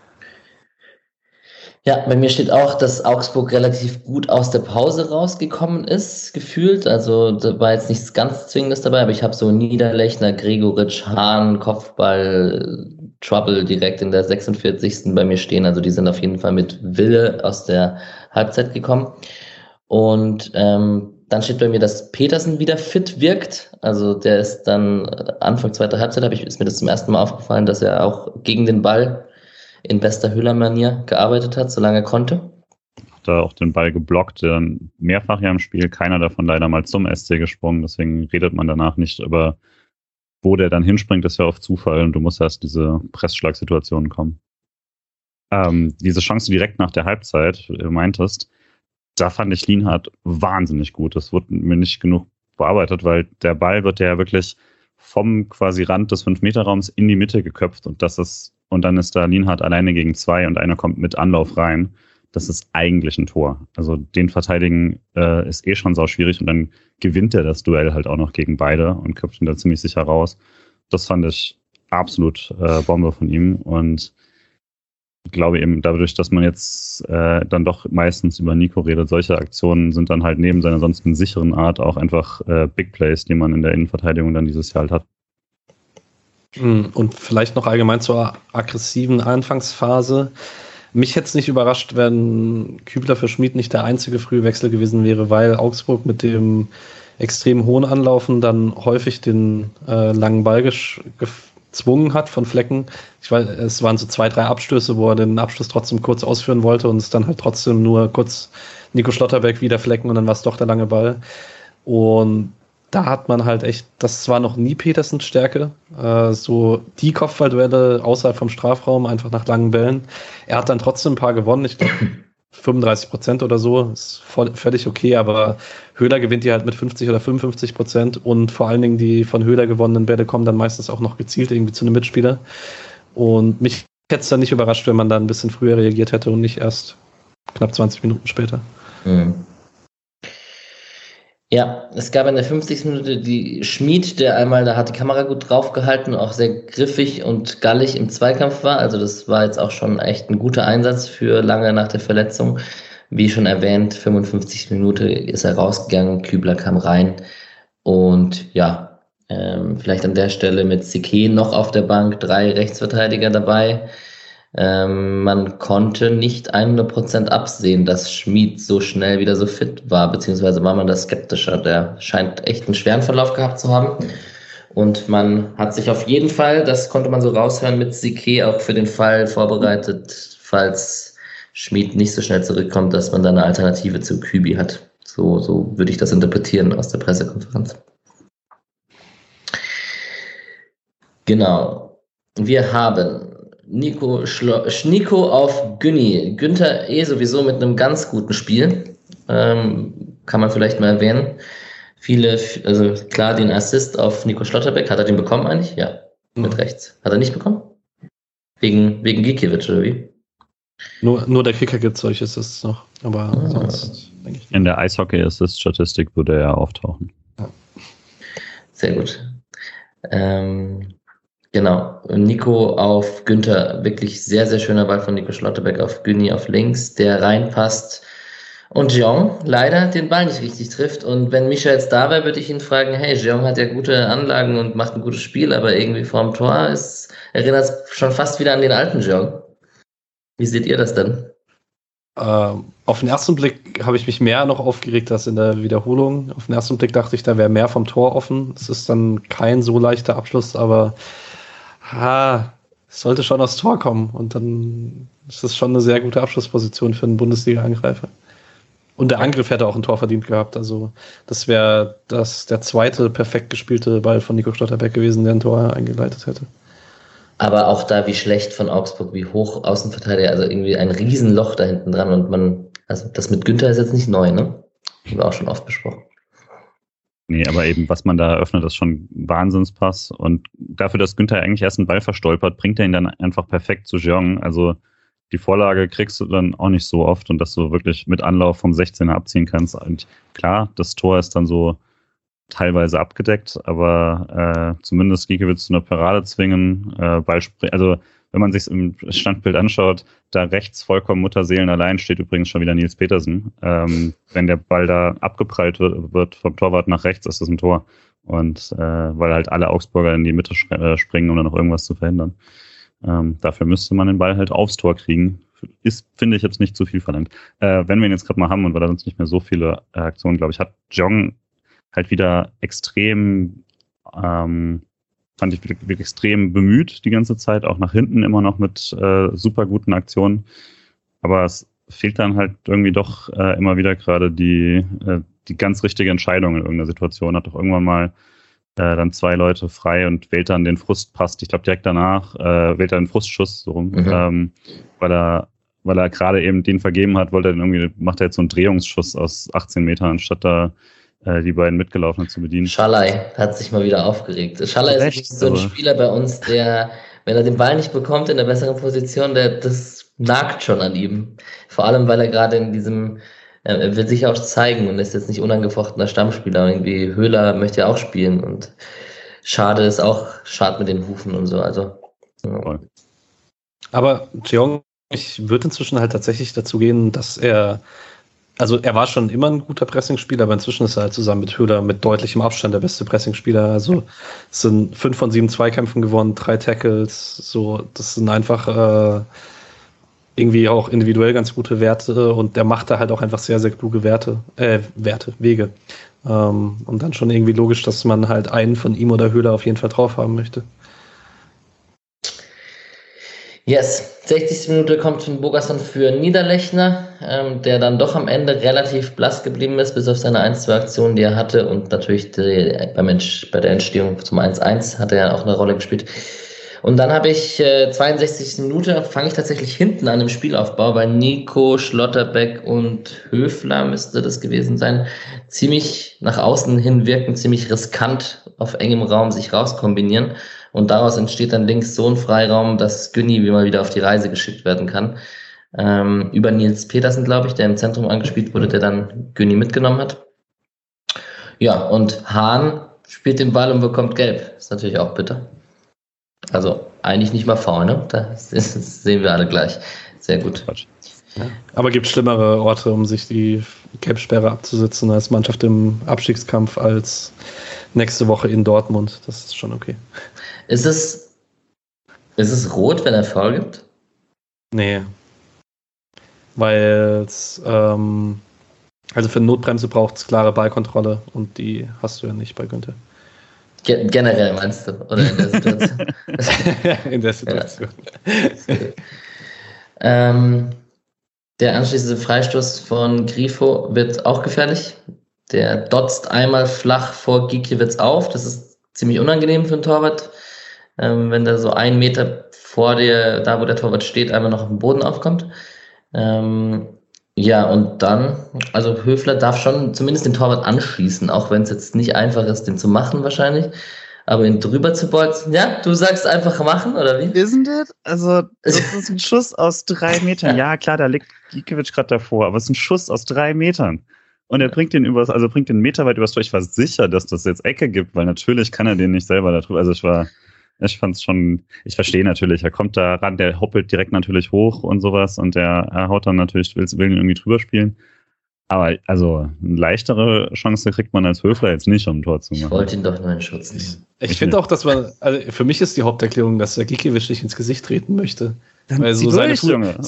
Ja, bei mir steht auch, dass Augsburg relativ gut aus der Pause rausgekommen ist, gefühlt. Also da war jetzt nichts ganz Zwingendes dabei, aber ich habe so Niederlechner, Gregoritsch, Hahn, Kopfball, Trouble direkt in der 46. bei mir stehen. Also die sind auf jeden Fall mit Wille aus der Halbzeit gekommen. Und dann steht bei mir, dass Petersen wieder fit wirkt. Also der ist dann Anfang zweiter Halbzeit, ist mir das zum ersten Mal aufgefallen, dass er auch gegen den Ball in bester Höhler-Manier gearbeitet hat, solange er konnte. Hat er auch den Ball geblockt, dann mehrfach ja im Spiel, keiner davon leider mal zum SC gesprungen, deswegen redet man danach nicht über, wo der dann hinspringt, das wäre auf Zufall und du musst erst diese Pressschlagsituationen kommen. Diese Chance direkt nach der Halbzeit, du meintest, da fand ich Lienhardt wahnsinnig gut. Das wurde mir nicht genug bearbeitet, weil der Ball wird ja wirklich vom quasi Rand des 5-Meter-Raums in die Mitte geköpft und dann ist da Lienhardt alleine gegen 2 und einer kommt mit Anlauf rein. Das ist eigentlich ein Tor. Also den verteidigen ist schon sau schwierig und dann gewinnt er das Duell halt auch noch gegen beide und köpft ihn da ziemlich sicher raus. Das fand ich absolut Bombe von ihm und ich glaube eben dadurch, dass man jetzt dann doch meistens über Nico redet, solche Aktionen sind dann halt neben seiner sonst sicheren Art auch einfach Big Plays, die man in der Innenverteidigung dann dieses Jahr halt hat. Und vielleicht noch allgemein zur aggressiven Anfangsphase. Mich hätte es nicht überrascht, wenn Kübler für Schmid nicht der einzige frühe Wechsel gewesen wäre, weil Augsburg mit dem extrem hohen Anlaufen dann häufig den langen Ball gezwungen hat von Flecken. Ich weiß, es waren so 2, 3 Abstöße, wo er den Abschluss trotzdem kurz ausführen wollte und es dann halt trotzdem nur kurz Nico Schlotterbeck wieder Flecken und dann war es doch der lange Ball. Und da hat man halt echt, das war noch nie Petersens Stärke, so die Kopfballduelle außerhalb vom Strafraum, einfach nach langen Bällen. Er hat dann trotzdem ein paar gewonnen, ich glaube 35% oder so, ist völlig okay, aber Höhler gewinnt die halt mit 50 oder 55% und vor allen Dingen die von Höhler gewonnenen Bälle kommen dann meistens auch noch gezielt irgendwie zu einem Mitspieler. Und mich hätte es dann nicht überrascht, wenn man da ein bisschen früher reagiert hätte und nicht erst knapp 20 Minuten später. Mhm. Ja, es gab in der 50. Minute die Schmid, der einmal, da hat die Kamera gut draufgehalten, auch sehr griffig und gallig im Zweikampf war. Also das war jetzt auch schon echt ein guter Einsatz für lange nach der Verletzung. Wie schon erwähnt, 55 Minuten ist er rausgegangen, Kübler kam rein. Und ja, vielleicht an der Stelle mit Sique noch auf der Bank, 3 Rechtsverteidiger dabei. Man konnte nicht 100% absehen, dass Schmid so schnell wieder so fit war, beziehungsweise war man da skeptischer. Der scheint echt einen schweren Verlauf gehabt zu haben. Und man hat sich auf jeden Fall, das konnte man so raushören, mit Sique auch für den Fall vorbereitet, falls Schmid nicht so schnell zurückkommt, dass man da eine Alternative zu Kübi hat. So würde ich das interpretieren aus der Pressekonferenz. Wir haben Nico auf Günni. Günther sowieso mit einem ganz guten Spiel. Kann man vielleicht mal erwähnen. Also klar, den Assist auf Nico Schlotterbeck. Hat er den bekommen eigentlich? Ja, mit rechts. Hat er nicht bekommen? Wegen Gikiewicz oder wie? Nur der Kicker gibt solche Assists noch. Aber sonst denke ich. In der Eishockey-Assist-Statistik würde er auftauchen. Ja. Sehr gut. Genau, Nico auf Günther, wirklich sehr, sehr schöner Ball von Nico Schlotterbeck auf Günni auf links, der reinpasst und Jeong leider den Ball nicht richtig trifft. Und wenn Mischa jetzt da wäre, würde ich ihn fragen, hey, Jeong hat ja gute Anlagen und macht ein gutes Spiel, aber irgendwie vorm Tor erinnert es schon fast wieder an den alten Jeong. Wie seht ihr das denn? Auf den ersten Blick habe ich mich mehr noch aufgeregt als in der Wiederholung. Auf den ersten Blick dachte ich, da wäre mehr vom Tor offen. Es ist dann kein so leichter Abschluss, aber sollte schon aufs Tor kommen. Und dann ist das schon eine sehr gute Abschlussposition für einen Bundesliga-Angreifer. Und der Angriff hätte auch ein Tor verdient gehabt. Also das wäre der zweite perfekt gespielte Ball von Nico Schlotterbeck gewesen, der ein Tor eingeleitet hätte. Aber auch da, wie schlecht von Augsburg, wie hoch Außenverteidiger, also irgendwie ein Riesenloch da hinten dran. Und also das mit Günther ist jetzt nicht neu, ne? Haben wir auch schon oft besprochen. Nee, aber eben, was man da eröffnet, ist schon ein Wahnsinnspass. Und dafür, dass Günther eigentlich erst einen Ball verstolpert, bringt er ihn dann einfach perfekt zu Jeong. Also die Vorlage kriegst du dann auch nicht so oft und dass du wirklich mit Anlauf vom 16er abziehen kannst. Und klar, das Tor ist dann so teilweise abgedeckt, aber zumindest Giekewitz zu einer Parade zwingen, also wenn man sich im Standbild anschaut, da rechts vollkommen Mutterseelen allein steht übrigens schon wieder Nils Petersen. Wenn der Ball da abgeprallt wird vom Torwart nach rechts, ist das ein Tor. Und weil halt alle Augsburger in die Mitte springen, um dann noch irgendwas zu verhindern. Dafür müsste man den Ball halt aufs Tor kriegen. Ist, finde ich, jetzt nicht zu viel verlangt. Wenn wir ihn jetzt gerade mal haben und weil er sonst nicht mehr so viele Aktionen, glaube ich, hat Jeong halt wieder extrem, fand ich wirklich extrem bemüht die ganze Zeit, auch nach hinten immer noch mit super guten Aktionen. Aber es fehlt dann halt irgendwie doch immer wieder gerade die ganz richtige Entscheidung in irgendeiner Situation. Hat doch irgendwann mal dann 2 Leute frei und wählt dann den Frustpass. Ich glaube, direkt danach wählt er den Frustschuss so rum, weil er gerade eben den vergeben hat, macht er jetzt so einen Drehungsschuss aus 18 Metern, anstatt da die beiden Mitgelaufenen zu bedienen. Schalay hat sich mal wieder aufgeregt. Schalay ist so ein Spieler bei uns, der, wenn er den Ball nicht bekommt in der besseren Position, das nagt schon an ihm. Vor allem, weil er gerade in diesem, er will sich auch zeigen und ist jetzt nicht unangefochtener Stammspieler. Irgendwie Höhler möchte ja auch spielen und Schade ist auch schad mit den Hufen und so. Also. Ja. Aber Jeong, ich würde inzwischen halt tatsächlich dazu gehen, dass er war schon immer ein guter Pressingspieler, aber inzwischen ist er halt zusammen mit Höhler mit deutlichem Abstand der beste Pressingspieler. Also es sind 5 von 7 Zweikämpfen gewonnen, 3 Tackles, so, das sind einfach irgendwie auch individuell ganz gute Werte und der macht da halt auch einfach sehr, sehr kluge Wege. Und dann schon irgendwie logisch, dass man halt einen von ihm oder Höhler auf jeden Fall drauf haben möchte. Yes, 60. Minute kommt von Bogason für Niederlechner, der dann doch am Ende relativ blass geblieben ist, bis auf seine 1-2 Aktionen, die er hatte und natürlich bei der Entstehung zum 1-1 hat er ja auch eine Rolle gespielt. Und dann habe ich 62. Minute, fange ich tatsächlich hinten an im Spielaufbau, weil Nico, Schlotterbeck und Höfler müsste das gewesen sein, ziemlich nach außen hin wirken, ziemlich riskant auf engem Raum sich rauskombinieren. Und daraus entsteht dann links so ein Freiraum, dass Günni mal wieder auf die Reise geschickt werden kann. Über Nils Petersen, glaube ich, der im Zentrum angespielt wurde, der dann Günni mitgenommen hat. Ja, und Hahn spielt den Ball und bekommt gelb. Ist natürlich auch bitter. Also eigentlich nicht mal faul, ne? Das sehen wir alle gleich. Sehr gut. Ja. Aber gibt schlimmere Orte, um sich die Gelbsperre abzusitzen als Mannschaft im Abstiegskampf als nächste Woche in Dortmund. Das ist schon okay. Ist es rot, wenn er faul gibt? Nee. Weil es also für Notbremse braucht es klare Ballkontrolle und die hast du ja nicht bei Günther. Generell meinst du? Oder in der Situation? In der Situation. Ja. Der anschließende Freistoß von Grifo wird auch gefährlich. Der dotzt einmal flach vor Giekewitz auf. Das ist ziemlich unangenehm für einen Torwart. Wenn der so 1 Meter vor dir, da wo der Torwart steht, einmal noch auf den Boden aufkommt. Ja, und dann, also Höfler darf schon zumindest den Torwart anschließen, auch wenn es jetzt nicht einfach ist, den zu machen wahrscheinlich. Aber ihn drüber zu bolzen, ja, du sagst einfach machen, oder wie? Isn't it? Also, das ist ein Schuss aus 3 Metern. Ja, klar, da liegt Giekewitz gerade davor, aber es ist ein Schuss aus 3 Metern. Und er bringt den bringt den Meter weit übers Tor. Ich war sicher, dass das jetzt Ecke gibt, weil natürlich kann er den nicht selber da drüber. Also ich fand's schon, ich verstehe natürlich, er kommt da ran, der hoppelt direkt natürlich hoch und sowas und der haut dann natürlich, will ihn irgendwie drüber spielen. Aber also eine leichtere Chance kriegt man als Höfler jetzt nicht, um ein Tor zu machen. Ich wollte ihn doch nur in Schutz nehmen. Ich finde auch, dass man, also für mich ist die Haupterklärung, dass der Giekewitz nicht ins Gesicht treten möchte. Dann weil so seine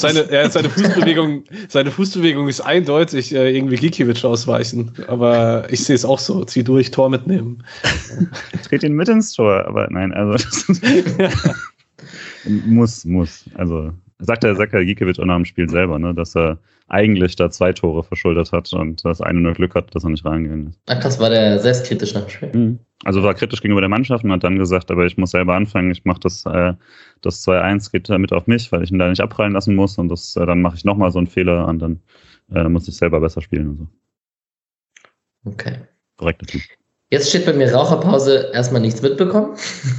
Fußbewegung ist eindeutig irgendwie Giekewitz ausweichen. Aber ich sehe es auch so, zieh durch, Tor mitnehmen. Dreht ihn mit ins Tor, aber nein, also das ist Muss. Also sagt der Seka Gikiewicz auch nach dem Spiel selber, ne, dass er eigentlich da 2 Tore verschuldet hat und das eine nur Glück hat, dass er nicht reingegangen ist. Ach krass, war der selbstkritisch nach dem Spiel? Also war kritisch gegenüber der Mannschaft und hat dann gesagt, aber ich muss selber anfangen, ich mache das 2-1 geht damit auf mich, weil ich ihn da nicht abprallen lassen muss und dann mache ich nochmal so einen Fehler und dann muss ich selber besser spielen und so. Okay. Korrekter Typ. Jetzt steht bei mir Raucherpause, erstmal nichts mitbekommen.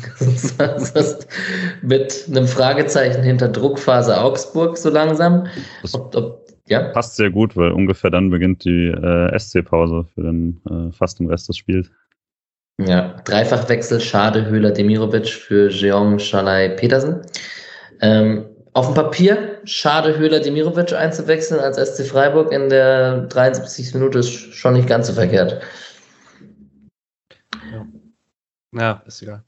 Mit einem Fragezeichen hinter Druckphase Augsburg so langsam. Ja? Passt sehr gut, weil ungefähr dann beginnt die SC-Pause für fast den Rest des Spiels. Ja, Dreifachwechsel, Schade, Höhler, Demirovic für Jeong, Schalai, Petersen. Auf dem Papier, Schade, Höhler, Demirovic einzuwechseln als SC Freiburg in der 73. Minute ist schon nicht ganz so verkehrt. Ja, ist egal.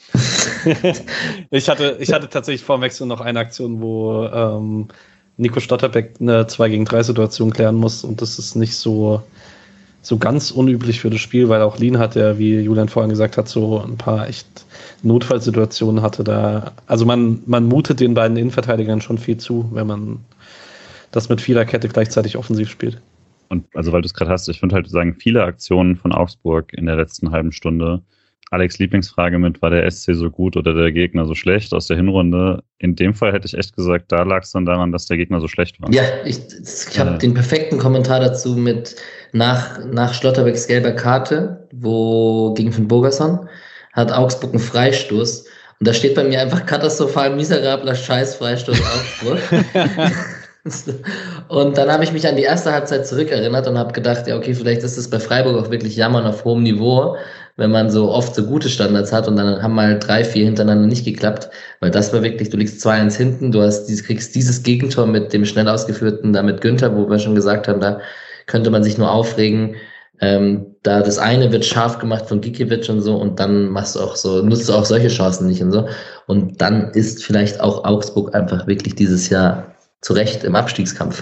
Ich hatte tatsächlich vor dem Wechsel noch eine Aktion, wo Nico Stotterbeck eine 2-gegen-3 Situation klären muss und das ist nicht so ganz unüblich für das Spiel, weil auch Lien hat ja, wie Julian vorhin gesagt hat, so ein paar echt Notfallsituationen hatte da. Also man mutet den beiden Innenverteidigern schon viel zu, wenn man das mit Viererkette gleichzeitig offensiv spielt. Und also weil du es gerade hast, ich würde halt sagen, viele Aktionen von Augsburg in der letzten halben Stunde. Alex' Lieblingsfrage mit, war der SC so gut oder der Gegner so schlecht aus der Hinrunde? In dem Fall hätte ich echt gesagt, da lag es dann daran, dass der Gegner so schlecht war. Ja, ich habe den perfekten Kommentar dazu mit nach Schlotterbecks gelber Karte, wo gegen Finn Bogerson hat Augsburg einen Freistoß und da steht bei mir einfach katastrophal miserabler Scheiß-Freistoß Augsburg. Und dann habe ich mich an die erste Halbzeit zurückerinnert und habe gedacht, ja okay, vielleicht ist es bei Freiburg auch wirklich Jammern auf hohem Niveau, wenn man so oft so gute Standards hat und dann haben mal 3, 4 hintereinander nicht geklappt, weil das war wirklich, du liegst 2-1 hinten, kriegst dieses Gegentor mit dem schnell ausgeführten, da mit Günther, wo wir schon gesagt haben, da könnte man sich nur aufregen, da das eine wird scharf gemacht von Gikiewicz und so und dann nutzt du auch solche Chancen nicht und so und dann ist vielleicht auch Augsburg einfach wirklich dieses Jahr zu Recht im Abstiegskampf.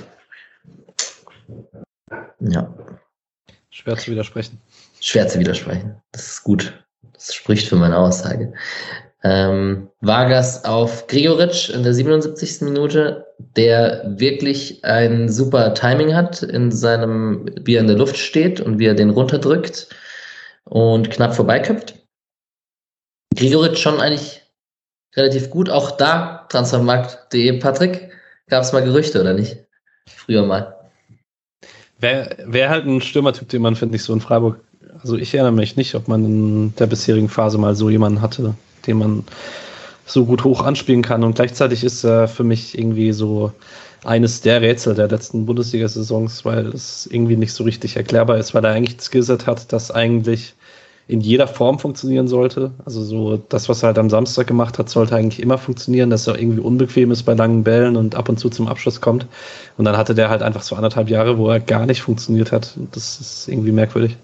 Ja. Schwer zu widersprechen. Das ist gut. Das spricht für meine Aussage. Vargas auf Gregoritsch in der 77. Minute, der wirklich ein super Timing hat in seinem, wie er in der Luft steht und wie er den runterdrückt und knapp vorbeiköpft. Gregoritsch schon eigentlich relativ gut. Auch da, Transfermarkt.de, Patrick, gab es mal Gerüchte, oder nicht? Früher mal. Wäre halt ein Stürmertyp, den man, finde ich, so in Freiburg, also ich erinnere mich nicht, ob man in der bisherigen Phase mal so jemanden hatte, den man so gut hoch anspielen kann. Und gleichzeitig ist er für mich irgendwie so eines der Rätsel der letzten Bundesliga-Saisons, weil es irgendwie nicht so richtig erklärbar ist, weil er eigentlich das Skillset hat, das eigentlich in jeder Form funktionieren sollte. Also so das, was er halt am Samstag gemacht hat, sollte eigentlich immer funktionieren, dass er irgendwie unbequem ist bei langen Bällen und ab und zu zum Abschluss kommt. Und dann hatte der halt einfach so 1,5 Jahre, wo er gar nicht funktioniert hat. Und das ist irgendwie merkwürdig.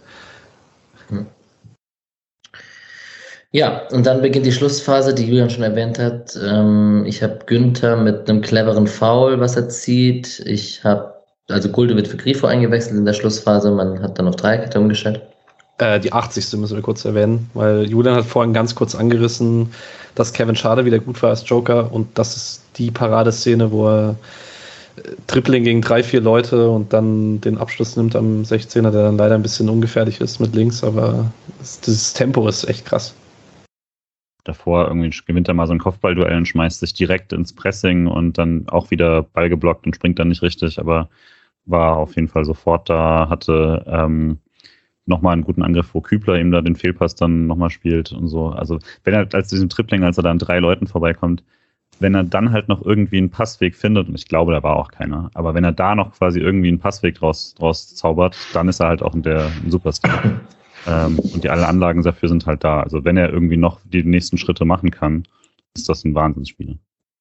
Ja, und dann beginnt die Schlussphase, die Julian schon erwähnt hat. Ich habe Günther mit einem cleveren Foul, was er zieht. Also Gulde wird für Grifo eingewechselt in der Schlussphase. Man hat dann auf Dreierkette umgestellt. Die 80. müssen wir kurz erwähnen, weil Julian hat vorhin ganz kurz angerissen, dass Kevin Schade wieder gut war als Joker und das ist die Paradeszene, wo er Dribbling gegen 3, 4 Leute und dann den Abschluss nimmt am 16er, der dann leider ein bisschen ungefährlich ist mit links, aber dieses Tempo ist echt krass. Davor irgendwie gewinnt er mal so ein Kopfballduell und schmeißt sich direkt ins Pressing und dann auch wieder Ball geblockt und springt dann nicht richtig, aber war auf jeden Fall sofort da, hatte nochmal einen guten Angriff, wo Kübler ihm da den Fehlpass dann nochmal spielt und so. Also wenn er als diesem Tripling, als er da an 3 Leuten vorbeikommt, wenn er dann halt noch irgendwie einen Passweg findet, und ich glaube, da war auch keiner, aber wenn er da noch quasi irgendwie einen Passweg draus zaubert, dann ist er halt auch ein Superstar. Und alle Anlagen dafür sind halt da. Also wenn er irgendwie noch die nächsten Schritte machen kann, ist das ein Wahnsinnsspieler.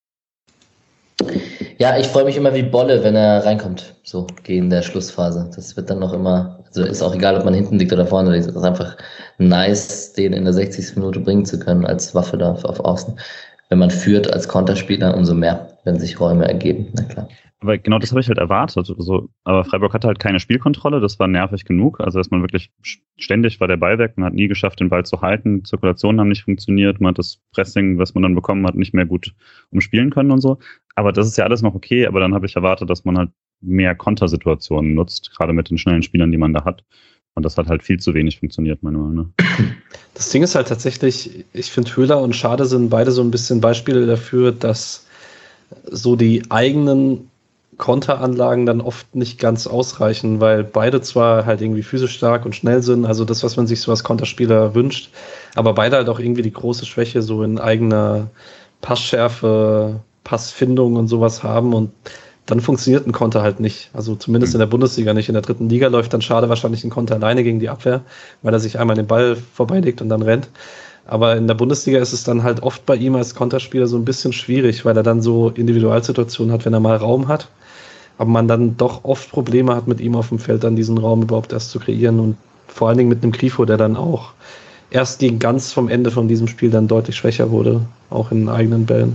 Ja, ich freue mich immer wie Bolle, wenn er reinkommt, so gegen der Schlussphase. Das wird dann noch immer, also ist auch egal, ob man hinten liegt oder vorne liegt. Es ist einfach nice, den in der 60. Minute bringen zu können als Waffe da auf Außen. wenn man führt als Konterspieler, umso mehr, wenn sich Räume ergeben. Na klar. Aber genau das habe ich halt erwartet. Also, aber Freiburg hatte halt keine Spielkontrolle, das war nervig genug. Also dass man wirklich ständig war der Ball weg, man hat nie geschafft, den Ball zu halten, Zirkulationen haben nicht funktioniert, man hat das Pressing, was man dann bekommen hat, nicht mehr gut umspielen können und so. Aber das ist ja alles noch okay, aber dann habe ich erwartet, dass man halt mehr Kontersituationen nutzt, gerade mit den schnellen Spielern, die man da hat. Und das hat halt viel zu wenig funktioniert, meiner Meinung nach. Das Ding ist halt tatsächlich, ich finde Höhler und Schade sind beide so ein bisschen Beispiele dafür, dass so die eigenen Konteranlagen dann oft nicht ganz ausreichen, weil beide zwar halt irgendwie physisch stark und schnell sind, also das, was man sich so als Konterspieler wünscht, aber beide halt auch irgendwie die große Schwäche so in eigener Passschärfe, Passfindung und sowas haben und dann funktioniert ein Konter halt nicht. Also zumindest in der Bundesliga nicht. In der 3. Liga läuft dann Schade wahrscheinlich ein Konter alleine gegen die Abwehr, weil er sich einmal den Ball vorbeilegt und dann rennt. Aber in der Bundesliga ist es dann halt oft bei ihm als Konterspieler so ein bisschen schwierig, weil er dann so Individualsituationen hat, wenn er mal Raum hat. Aber man dann doch oft Probleme hat, mit ihm auf dem Feld dann diesen Raum überhaupt erst zu kreieren. Und vor allen Dingen mit einem Grifo, der dann auch erst gegen ganz vom Ende von diesem Spiel dann deutlich schwächer wurde, auch in eigenen Bällen.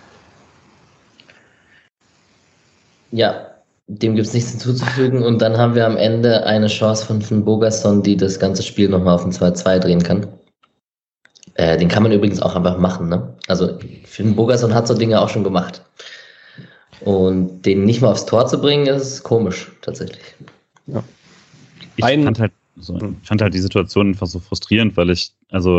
Ja, dem gibt es nichts hinzuzufügen. Und dann haben wir am Ende eine Chance von Bogason, die das ganze Spiel nochmal auf ein 2-2 drehen kann. Den kann man übrigens auch einfach machen, ne? Also Finn Bogason hat so Dinge auch schon gemacht. Und den nicht mal aufs Tor zu bringen, ist komisch, tatsächlich. Ja. Ich fand halt die Situation einfach so frustrierend, weil es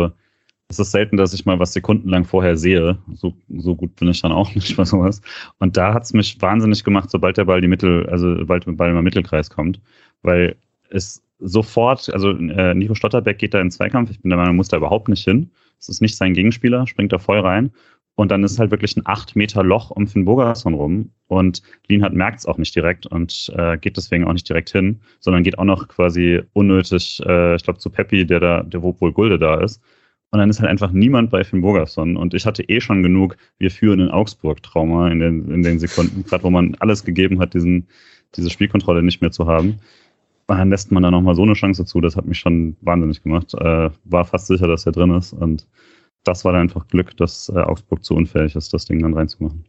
ist selten, dass ich mal was sekundenlang vorher sehe. So gut bin ich dann auch nicht bei sowas. Und da hat es mich wahnsinnig gemacht, sobald der Ball sobald der Ball im Mittelkreis kommt. Weil es sofort, Nico Schlotterbeck geht da in den Zweikampf. Ich bin der Meinung, muss da überhaupt nicht hin. Es ist nicht sein Gegenspieler, springt da voll rein. Und dann ist halt wirklich ein 8 Meter Loch um Finn Bogason rum. Und Lienhardt merkt es auch nicht direkt und geht deswegen auch nicht direkt hin, sondern geht auch noch quasi unnötig, ich glaube, zu Peppi, wo wohl Gulde da ist. Und dann ist halt einfach niemand bei Finn Bogason. Und ich hatte schon genug, wir führen in Augsburg-Trauma in den Sekunden, gerade wo man alles gegeben hat, diese Spielkontrolle nicht mehr zu haben. Und dann lässt man da nochmal so eine Chance zu. Das hat mich schon wahnsinnig gemacht. War fast sicher, dass er drin ist. Und das war dann einfach Glück, dass Augsburg zu unfähig ist, das Ding dann reinzumachen.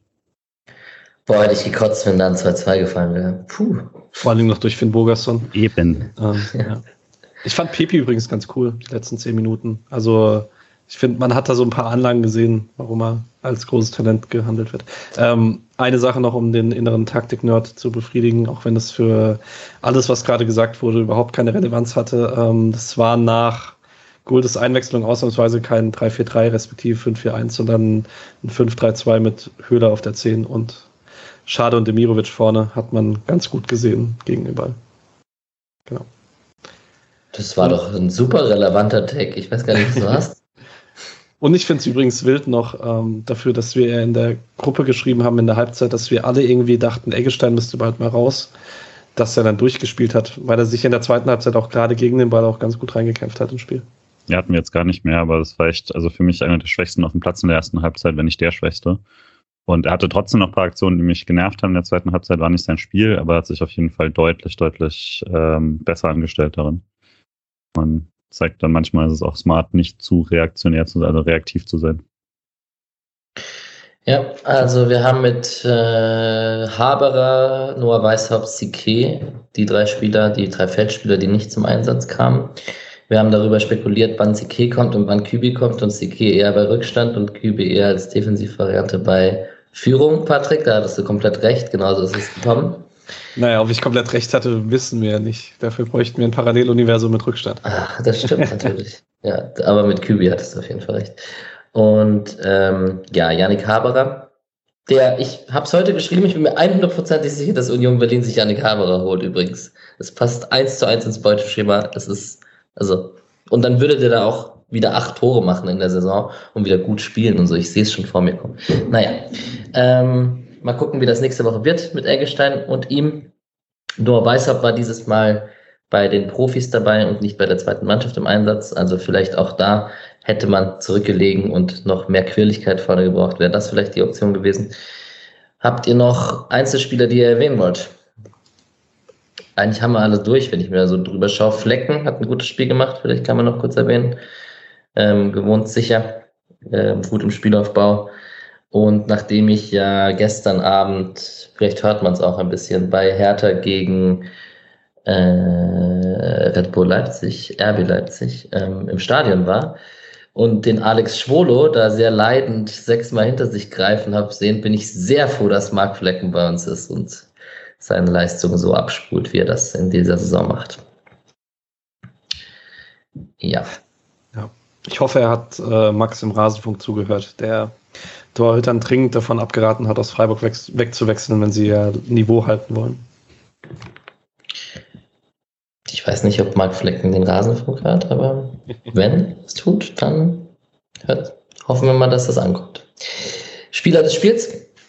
Boah, hätte ich gekotzt, wenn da ein 2-2 gefallen wäre. Puh. Vor allem noch durch Finn Bogason. Eben. Ja. Ich fand Pepi übrigens ganz cool, die letzten 10 Minuten. Also ich finde, man hat da so ein paar Anlagen gesehen, warum er als großes Talent gehandelt wird. Eine Sache noch, um den inneren Taktik-Nerd zu befriedigen, auch wenn das für alles, was gerade gesagt wurde, überhaupt keine Relevanz hatte. Das war nach Guldes Einwechslung ausnahmsweise kein 3-4-3 respektive 5-4-1, sondern ein 5-3-2 mit Höhler auf der 10 und Schade und Demirovic vorne, hat man ganz gut gesehen gegen den Ball. Genau. Das war doch ein super relevanter Tag. Ich weiß gar nicht, was du hast. Und ich finde es übrigens wild noch dafür, dass wir in der Gruppe geschrieben haben in der Halbzeit, dass wir alle irgendwie dachten, Eggestein müsste bald mal raus, dass er dann durchgespielt hat, weil er sich in der zweiten Halbzeit auch gerade gegen den Ball auch ganz gut reingekämpft hat ins Spiel. Ja, hatten wir jetzt gar nicht mehr, aber das war echt, für mich einer der Schwächsten auf dem Platz in der ersten Halbzeit, wenn nicht der Schwächste. Und er hatte trotzdem noch ein paar Aktionen, die mich genervt haben in der zweiten Halbzeit, war nicht sein Spiel, aber er hat sich auf jeden Fall deutlich besser angestellt darin. Man zeigt dann manchmal, ist es auch smart, nicht zu reaktionär zu sein, also reaktiv zu sein. Ja, also wir haben mit Haberer, Noah Weishaupt, Sique, die drei Feldspieler, die nicht zum Einsatz kamen. Wir haben darüber spekuliert, wann Sique kommt und wann Kübi kommt und Sique eher bei Rückstand und Kübi eher als Defensivvariante bei Führung, Patrick. Da hattest du komplett recht, genauso ist es gekommen. Naja, ob ich komplett recht hatte, wissen wir ja nicht. Dafür bräuchten wir ein Paralleluniversum mit Rückstand. Ach, das stimmt natürlich. Ja, aber mit Kübi hattest du auf jeden Fall recht. Und Yannick Haberer, ich habe es heute geschrieben, ich bin mir 100% sicher, dass Union Berlin sich Yannick Haberer holt übrigens. Das passt 1:1 ins Beuteschema. Und dann würde der da auch wieder 8 Tore machen in der Saison und wieder gut spielen und so. Ich sehe es schon vor mir kommen. Naja, mal gucken, wie das nächste Woche wird mit Eggestein und ihm. Noah Weishaupt war dieses Mal bei den Profis dabei und nicht bei der zweiten Mannschaft im Einsatz. Also vielleicht auch da hätte man zurückgelegen und noch mehr Quirligkeit vorne gebraucht. Wäre das vielleicht die Option gewesen? Habt ihr noch Einzelspieler, die ihr erwähnen wollt? Eigentlich haben wir alles durch, wenn ich mir so drüber schaue. Flecken hat ein gutes Spiel gemacht, vielleicht kann man noch kurz erwähnen. Gewohnt sicher, gut im Spielaufbau. Und nachdem ich ja gestern Abend, vielleicht hört man es auch ein bisschen, bei Hertha gegen Red Bull Leipzig, RB Leipzig, im Stadion war und den Alex Schwolo da sehr leidend 6-mal hinter sich greifen habe sehen, bin ich sehr froh, dass Marc Flecken bei uns ist und seine Leistung so abspult, wie er das in dieser Saison macht. Ja. Ich hoffe, er hat Max im Rasenfunk zugehört, der Torhütern dringend davon abgeraten hat, aus Freiburg wegzuwechseln, wenn sie ihr Niveau halten wollen. Ich weiß nicht, ob Marc Flecken den Rasenfunk hört, aber wenn es tut, dann hoffen wir mal, dass das ankommt. Spieler des Spiels?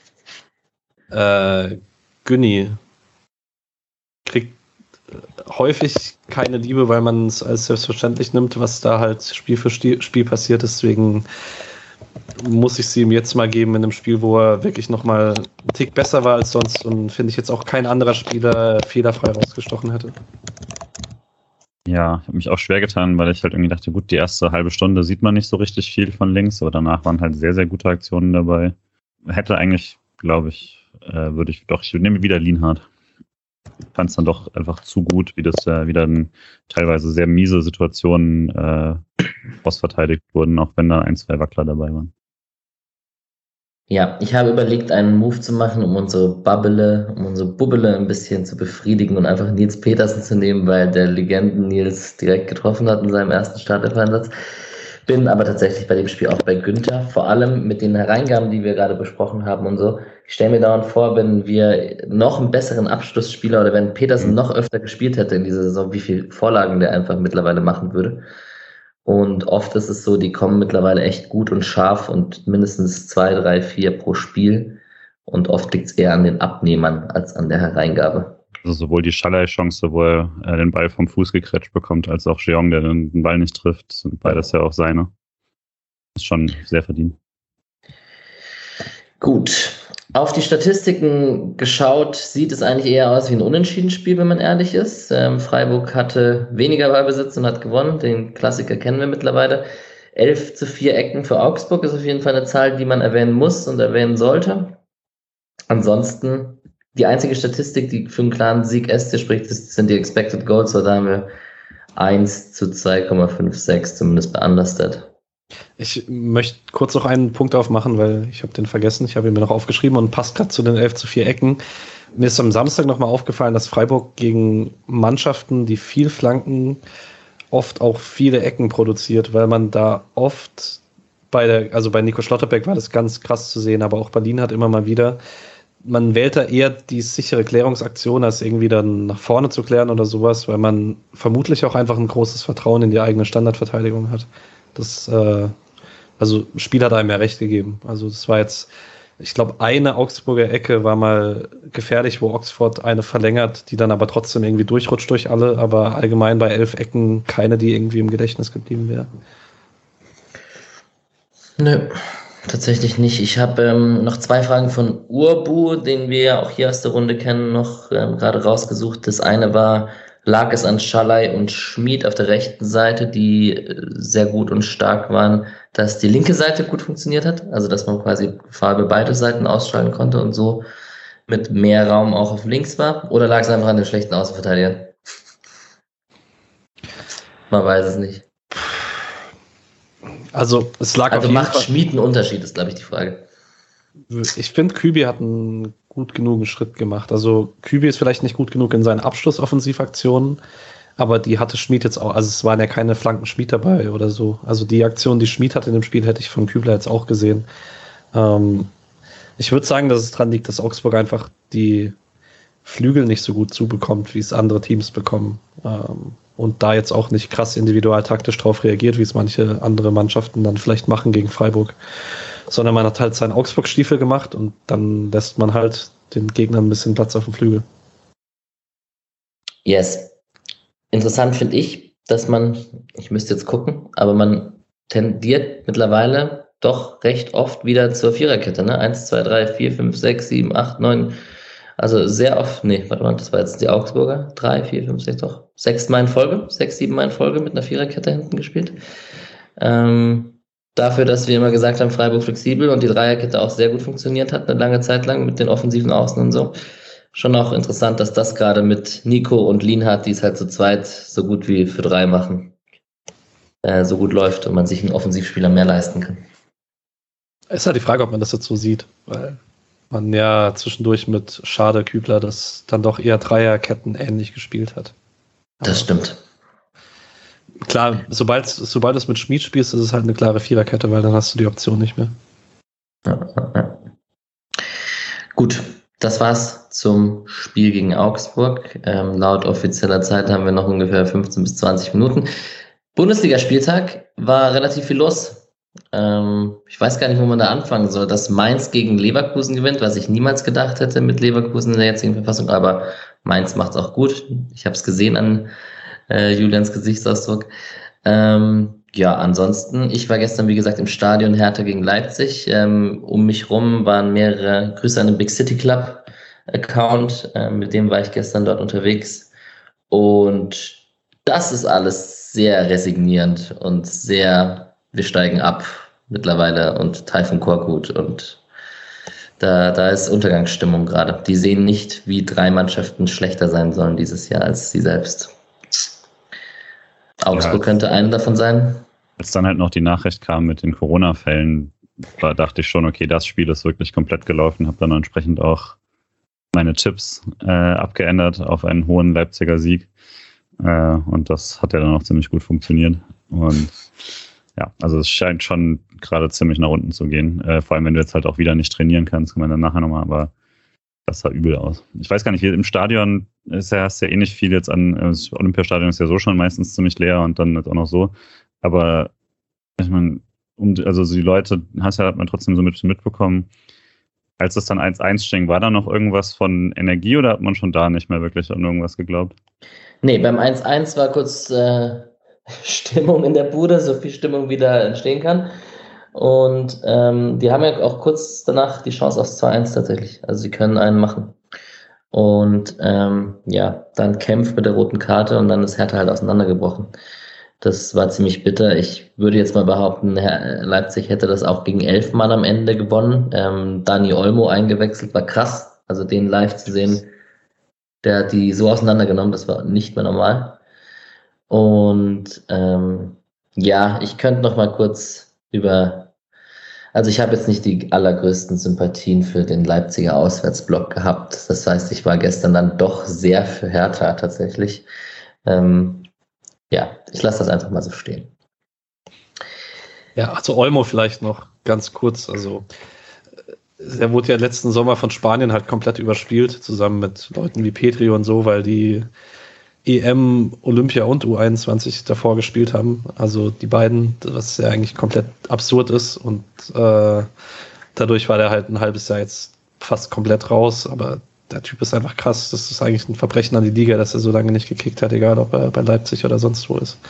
Günni kriegt häufig keine Liebe, weil man es als selbstverständlich nimmt, was da halt Spiel für Spiel passiert. Deswegen muss ich sie ihm jetzt mal geben in einem Spiel, wo er wirklich nochmal einen Tick besser war als sonst und finde ich jetzt auch kein anderer Spieler fehlerfrei rausgestochen hätte. Ja, ich habe mich auch schwer getan, weil ich halt irgendwie dachte, gut, die erste halbe Stunde sieht man nicht so richtig viel von links, aber danach waren halt sehr, sehr gute Aktionen dabei. Hätte eigentlich, glaube ich, ich nehme wieder Lienhardt. Fand es dann doch einfach zu gut, wie das wieder teilweise sehr miese Situationen ausverteidigt wurden, auch wenn da 1-2 Wackler dabei waren. Ja, ich habe überlegt, einen Move zu machen, um unsere Bubbele ein bisschen zu befriedigen und einfach Nils Petersen zu nehmen, weil der Legenden Nils direkt getroffen hat in seinem ersten Startelf-Einsatz. Bin aber tatsächlich bei dem Spiel auch bei Günther, vor allem mit den Hereingaben, die wir gerade besprochen haben und so. Ich stelle mir dauernd vor, wenn wir noch einen besseren Abschlussspieler oder wenn Petersen noch öfter gespielt hätte in dieser Saison, wie viel Vorlagen der einfach mittlerweile machen würde. Und oft ist es so, die kommen mittlerweile echt gut und scharf und mindestens 2, 3, 4 pro Spiel. Und oft liegt es eher an den Abnehmern als an der Hereingabe. Also sowohl die Schallei-Chance, wo er den Ball vom Fuß gekretscht bekommt, als auch Jeong, der den Ball nicht trifft, sind beides ja auch seine. Das ist schon sehr verdient. Gut. Auf die Statistiken geschaut, sieht es eigentlich eher aus wie ein Unentschieden-Spiel, wenn man ehrlich ist. Freiburg hatte weniger Ballbesitz und hat gewonnen. Den Klassiker kennen wir mittlerweile. 11-4 Ecken für Augsburg ist auf jeden Fall eine Zahl, die man erwähnen muss und erwähnen sollte. Ansonsten, die einzige Statistik, die für einen klaren Sieg Este spricht, sind die Expected Goals. Da haben wir 1-2,56, zumindest bei Understat. Ich möchte kurz noch einen Punkt aufmachen, weil ich habe den vergessen. Ich habe ihn mir noch aufgeschrieben und passt gerade zu den 11-4 Ecken. Mir ist am Samstag nochmal aufgefallen, dass Freiburg gegen Mannschaften, die viel flanken, oft auch viele Ecken produziert, weil man da oft bei Nico Schlotterbeck war das ganz krass zu sehen, aber auch Berlin hat immer mal wieder, man wählt da eher die sichere Klärungsaktion, als irgendwie dann nach vorne zu klären oder sowas, weil man vermutlich auch einfach ein großes Vertrauen in die eigene Standardverteidigung hat. Also Spiel hat einem ja recht gegeben. Also das war jetzt, ich glaube, eine Augsburger Ecke war mal gefährlich, wo Oxford eine verlängert, die dann aber trotzdem irgendwie durchrutscht durch alle, aber allgemein bei 11 Ecken keine, die irgendwie im Gedächtnis geblieben wäre. Nö, tatsächlich nicht. Ich habe noch 2 Fragen von Urbu, den wir ja auch hier aus der Runde kennen, noch gerade rausgesucht. Das eine war, lag es an Schallei und Schmid auf der rechten Seite, die sehr gut und stark waren, dass die linke Seite gut funktioniert hat, also dass man quasi Farbe beide Seiten ausstrahlen konnte und so mit mehr Raum auch auf links war? Oder lag es einfach an den schlechten Außenverteidigern? Man weiß es nicht. Also es lag auf jeden macht Fall. Schmid einen Unterschied, ist glaube ich die Frage. Ich finde, Kübi hat einen gut genugen Schritt gemacht. Also Kübi ist vielleicht nicht gut genug in seinen Abschlussoffensivaktionen, aber die hatte Schmid jetzt auch, also es waren ja keine Flanken Schmid dabei oder so. Also die Aktion, die Schmid hat in dem Spiel, hätte ich von Kübler jetzt auch gesehen. Ich würde sagen, dass es dran liegt, dass Augsburg einfach die Flügel nicht so gut zubekommt, wie es andere Teams bekommen. Und da jetzt auch nicht krass individual taktisch drauf reagiert, wie es manche andere Mannschaften dann vielleicht machen gegen Freiburg. Sondern man hat halt seinen Augsburg-Stiefel gemacht und dann lässt man halt den Gegnern ein bisschen Platz auf dem Flügel. Yes. Interessant finde ich, dass ich müsste jetzt gucken, aber man tendiert mittlerweile doch recht oft wieder zur Viererkette, ne? 1, 2, 3, 4, 5, 6, 7, 8, 9. Also sehr oft, das war jetzt die Augsburger. 3, 4, 5, 6, doch. 6 Mal in Folge, 6, 7 Mal in Folge mit einer Viererkette hinten gespielt. dafür, dass wir immer gesagt haben, Freiburg flexibel und die Dreierkette auch sehr gut funktioniert hat, eine lange Zeit lang mit den offensiven Außen und so. Schon auch interessant, dass das gerade mit Nico und Lienhardt, die es halt zu zweit so gut wie für 3 machen, so gut läuft und man sich einen Offensivspieler mehr leisten kann. Es ist halt die Frage, ob man das jetzt so sieht, weil man ja zwischendurch mit Schade, Kübler das dann doch eher Dreierketten ähnlich gespielt hat. Das stimmt. Klar, sobald es mit Schmied spielst, ist es halt eine klare Viererkette, weil dann hast du die Option nicht mehr. Ja. Gut, das war's zum Spiel gegen Augsburg. Laut offizieller Zeit haben wir noch ungefähr 15 bis 20 Minuten. Bundesligaspieltag war relativ viel los. Ich weiß gar nicht, wo man da anfangen soll. Dass Mainz gegen Leverkusen gewinnt, was ich niemals gedacht hätte mit Leverkusen in der jetzigen Verfassung, aber Mainz macht's auch gut. Ich habe es gesehen an Julians Gesichtsausdruck. Ansonsten, ich war gestern, wie gesagt, im Stadion Hertha gegen Leipzig. Um mich rum waren mehrere Grüße an den Big City Club Account. Mit dem war ich gestern dort unterwegs. Und das ist alles sehr resignierend und sehr, wir steigen ab mittlerweile und Taifun Korkut und da ist Untergangsstimmung gerade. Die sehen nicht, wie 3 Mannschaften schlechter sein sollen dieses Jahr als sie selbst. Augsburg könnte eine davon sein. Als dann halt noch die Nachricht kam mit den Corona-Fällen, dachte ich schon, okay, das Spiel ist wirklich komplett gelaufen. Habe dann entsprechend auch meine Tipps abgeändert auf einen hohen Leipziger Sieg. Und das hat ja dann auch ziemlich gut funktioniert. Und ja, also es scheint schon gerade ziemlich nach unten zu gehen. Vor allem, wenn du jetzt halt auch wieder nicht trainieren kannst, kann man dann nachher nochmal, aber das sah übel aus. Ich weiß gar nicht, wie im Stadion hast ja eh nicht viel jetzt an, das Olympiastadion ist ja so schon meistens ziemlich leer und dann jetzt auch noch so. Aber ich meine, also die Leute hat man trotzdem so mitbekommen. Als es dann 1-1 ging, war da noch irgendwas von Energie oder hat man schon da nicht mehr wirklich an irgendwas geglaubt? Nee, beim 1-1 war kurz Stimmung in der Bude, so viel Stimmung wie da entstehen kann. Und die haben ja auch kurz danach die Chance aufs 2-1 tatsächlich. Also sie können einen machen. Und dann Kempf mit der roten Karte und dann ist Hertha halt auseinandergebrochen. Das war ziemlich bitter. Ich würde jetzt mal behaupten, Leipzig hätte das auch gegen 11 Mann am Ende gewonnen. Dani Olmo eingewechselt, war krass. Also den live zu sehen, der hat die so auseinandergenommen, das war nicht mehr normal. Und ich könnte noch mal kurz also ich habe jetzt nicht die allergrößten Sympathien für den Leipziger Auswärtsblock gehabt. Das heißt, ich war gestern dann doch sehr für Hertha tatsächlich. Ich lasse das einfach mal so stehen. Ja, also Olmo vielleicht noch ganz kurz. Also er wurde ja letzten Sommer von Spanien halt komplett überspielt, zusammen mit Leuten wie Petri und so, weil die EM, Olympia und U21 davor gespielt haben. Also die beiden, was ja eigentlich komplett absurd ist. Und dadurch war der halt ein halbes Jahr jetzt fast komplett raus. Aber der Typ ist einfach krass. Das ist eigentlich ein Verbrechen an die Liga, dass er so lange nicht gekickt hat, egal ob er bei Leipzig oder sonst wo ist.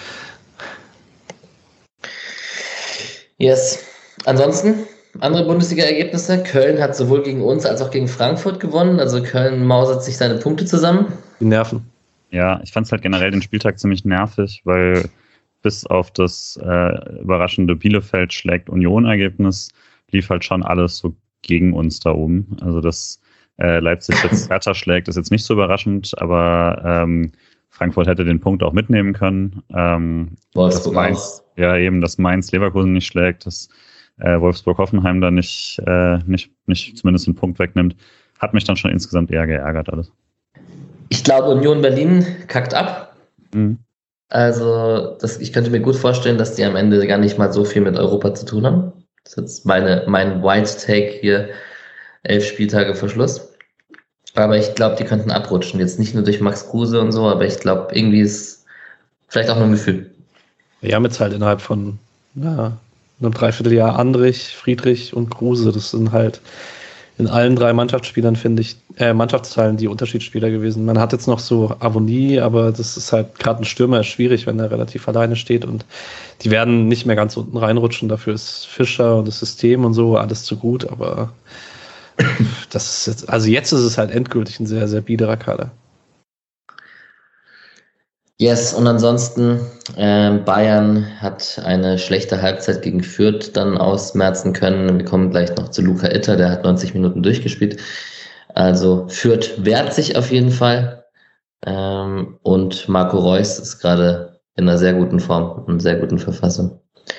Yes. Ansonsten, andere Bundesliga-Ergebnisse. Köln hat sowohl gegen uns als auch gegen Frankfurt gewonnen. Also Köln mausert sich seine Punkte zusammen. Die Nerven. Ja, ich fand es halt generell den Spieltag ziemlich nervig, weil bis auf das überraschende Bielefeld schlägt Union-Ergebnis lief halt schon alles so gegen uns da oben. Also dass Leipzig jetzt Hertha schlägt, ist jetzt nicht so überraschend, aber Frankfurt hätte den Punkt auch mitnehmen können. Wolfsburg dass Mainz Leverkusen nicht schlägt, dass Wolfsburg Hoffenheim da nicht zumindest den Punkt wegnimmt, hat mich dann schon insgesamt eher geärgert alles. Ich glaube, Union Berlin kackt ab. Mhm. Also ich könnte mir gut vorstellen, dass die am Ende gar nicht mal so viel mit Europa zu tun haben. Das ist jetzt mein White Take hier, 11 Spieltage vor Schluss. Aber ich glaube, die könnten abrutschen. Jetzt nicht nur durch Max Kruse und so, aber ich glaube, irgendwie ist vielleicht auch nur ein Gefühl. Wir haben jetzt halt innerhalb von einem Dreivierteljahr Andrich, Friedrich und Kruse. Das sind halt in allen 3 Mannschaftsspielern, finde ich, Mannschaftsteilen die Unterschiedsspieler gewesen. Man hat jetzt noch so Avonie, aber das ist halt gerade ein Stürmer ist schwierig, wenn er relativ alleine steht und die werden nicht mehr ganz unten reinrutschen. Dafür ist Fischer und das System und so alles zu gut, aber das ist jetzt ist es halt endgültig ein sehr, sehr biederer Kader. Yes, und ansonsten, Bayern hat eine schlechte Halbzeit gegen Fürth dann ausmerzen können. Wir kommen gleich noch zu Luca Itter, der hat 90 Minuten durchgespielt. Also Fürth wehrt sich auf jeden Fall. Und Marco Reus ist gerade in einer sehr guten Form, in einer sehr guten Verfassung.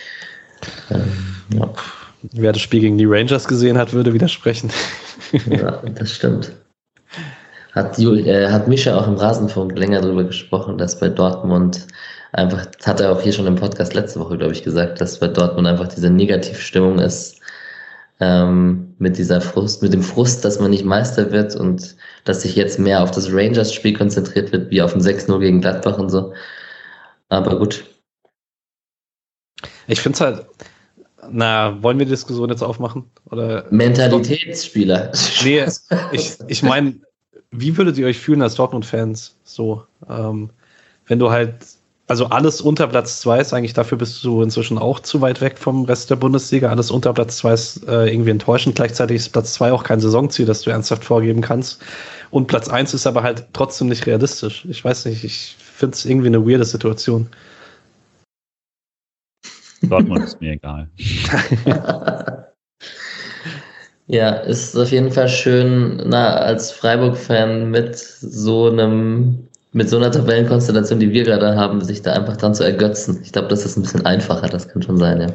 Ja. Wer das Spiel gegen die Rangers gesehen hat, würde widersprechen. Ja, das stimmt. Hat Mischa auch im Rasenfunk länger darüber gesprochen, dass bei Dortmund einfach, hat er auch hier schon im Podcast letzte Woche, glaube ich, gesagt, dass bei Dortmund einfach diese Negativstimmung ist, mit dem Frust, dass man nicht Meister wird und dass sich jetzt mehr auf das Rangers-Spiel konzentriert wird, wie auf ein 6-0 gegen Gladbach und so. Aber gut. Ich finde es halt, wollen wir die Diskussion jetzt aufmachen? Oder Mentalitätsspieler. Nee, ich meine, wie würdet ihr euch fühlen als Dortmund-Fans? So, wenn du halt, also alles unter Platz 2 ist eigentlich, dafür bist du inzwischen auch zu weit weg vom Rest der Bundesliga. Alles unter Platz 2 ist irgendwie enttäuschend. Gleichzeitig ist Platz 2 auch kein Saisonziel, das du ernsthaft vorgeben kannst. Und Platz 1 ist aber halt trotzdem nicht realistisch. Ich weiß nicht, ich finde es irgendwie eine weirde Situation. Dortmund ist mir egal. Ja, ist auf jeden Fall schön, als Freiburg-Fan mit so einer Tabellenkonstellation, die wir gerade haben, sich da einfach dran zu ergötzen. Ich glaube, das ist ein bisschen einfacher, das kann schon sein, ja.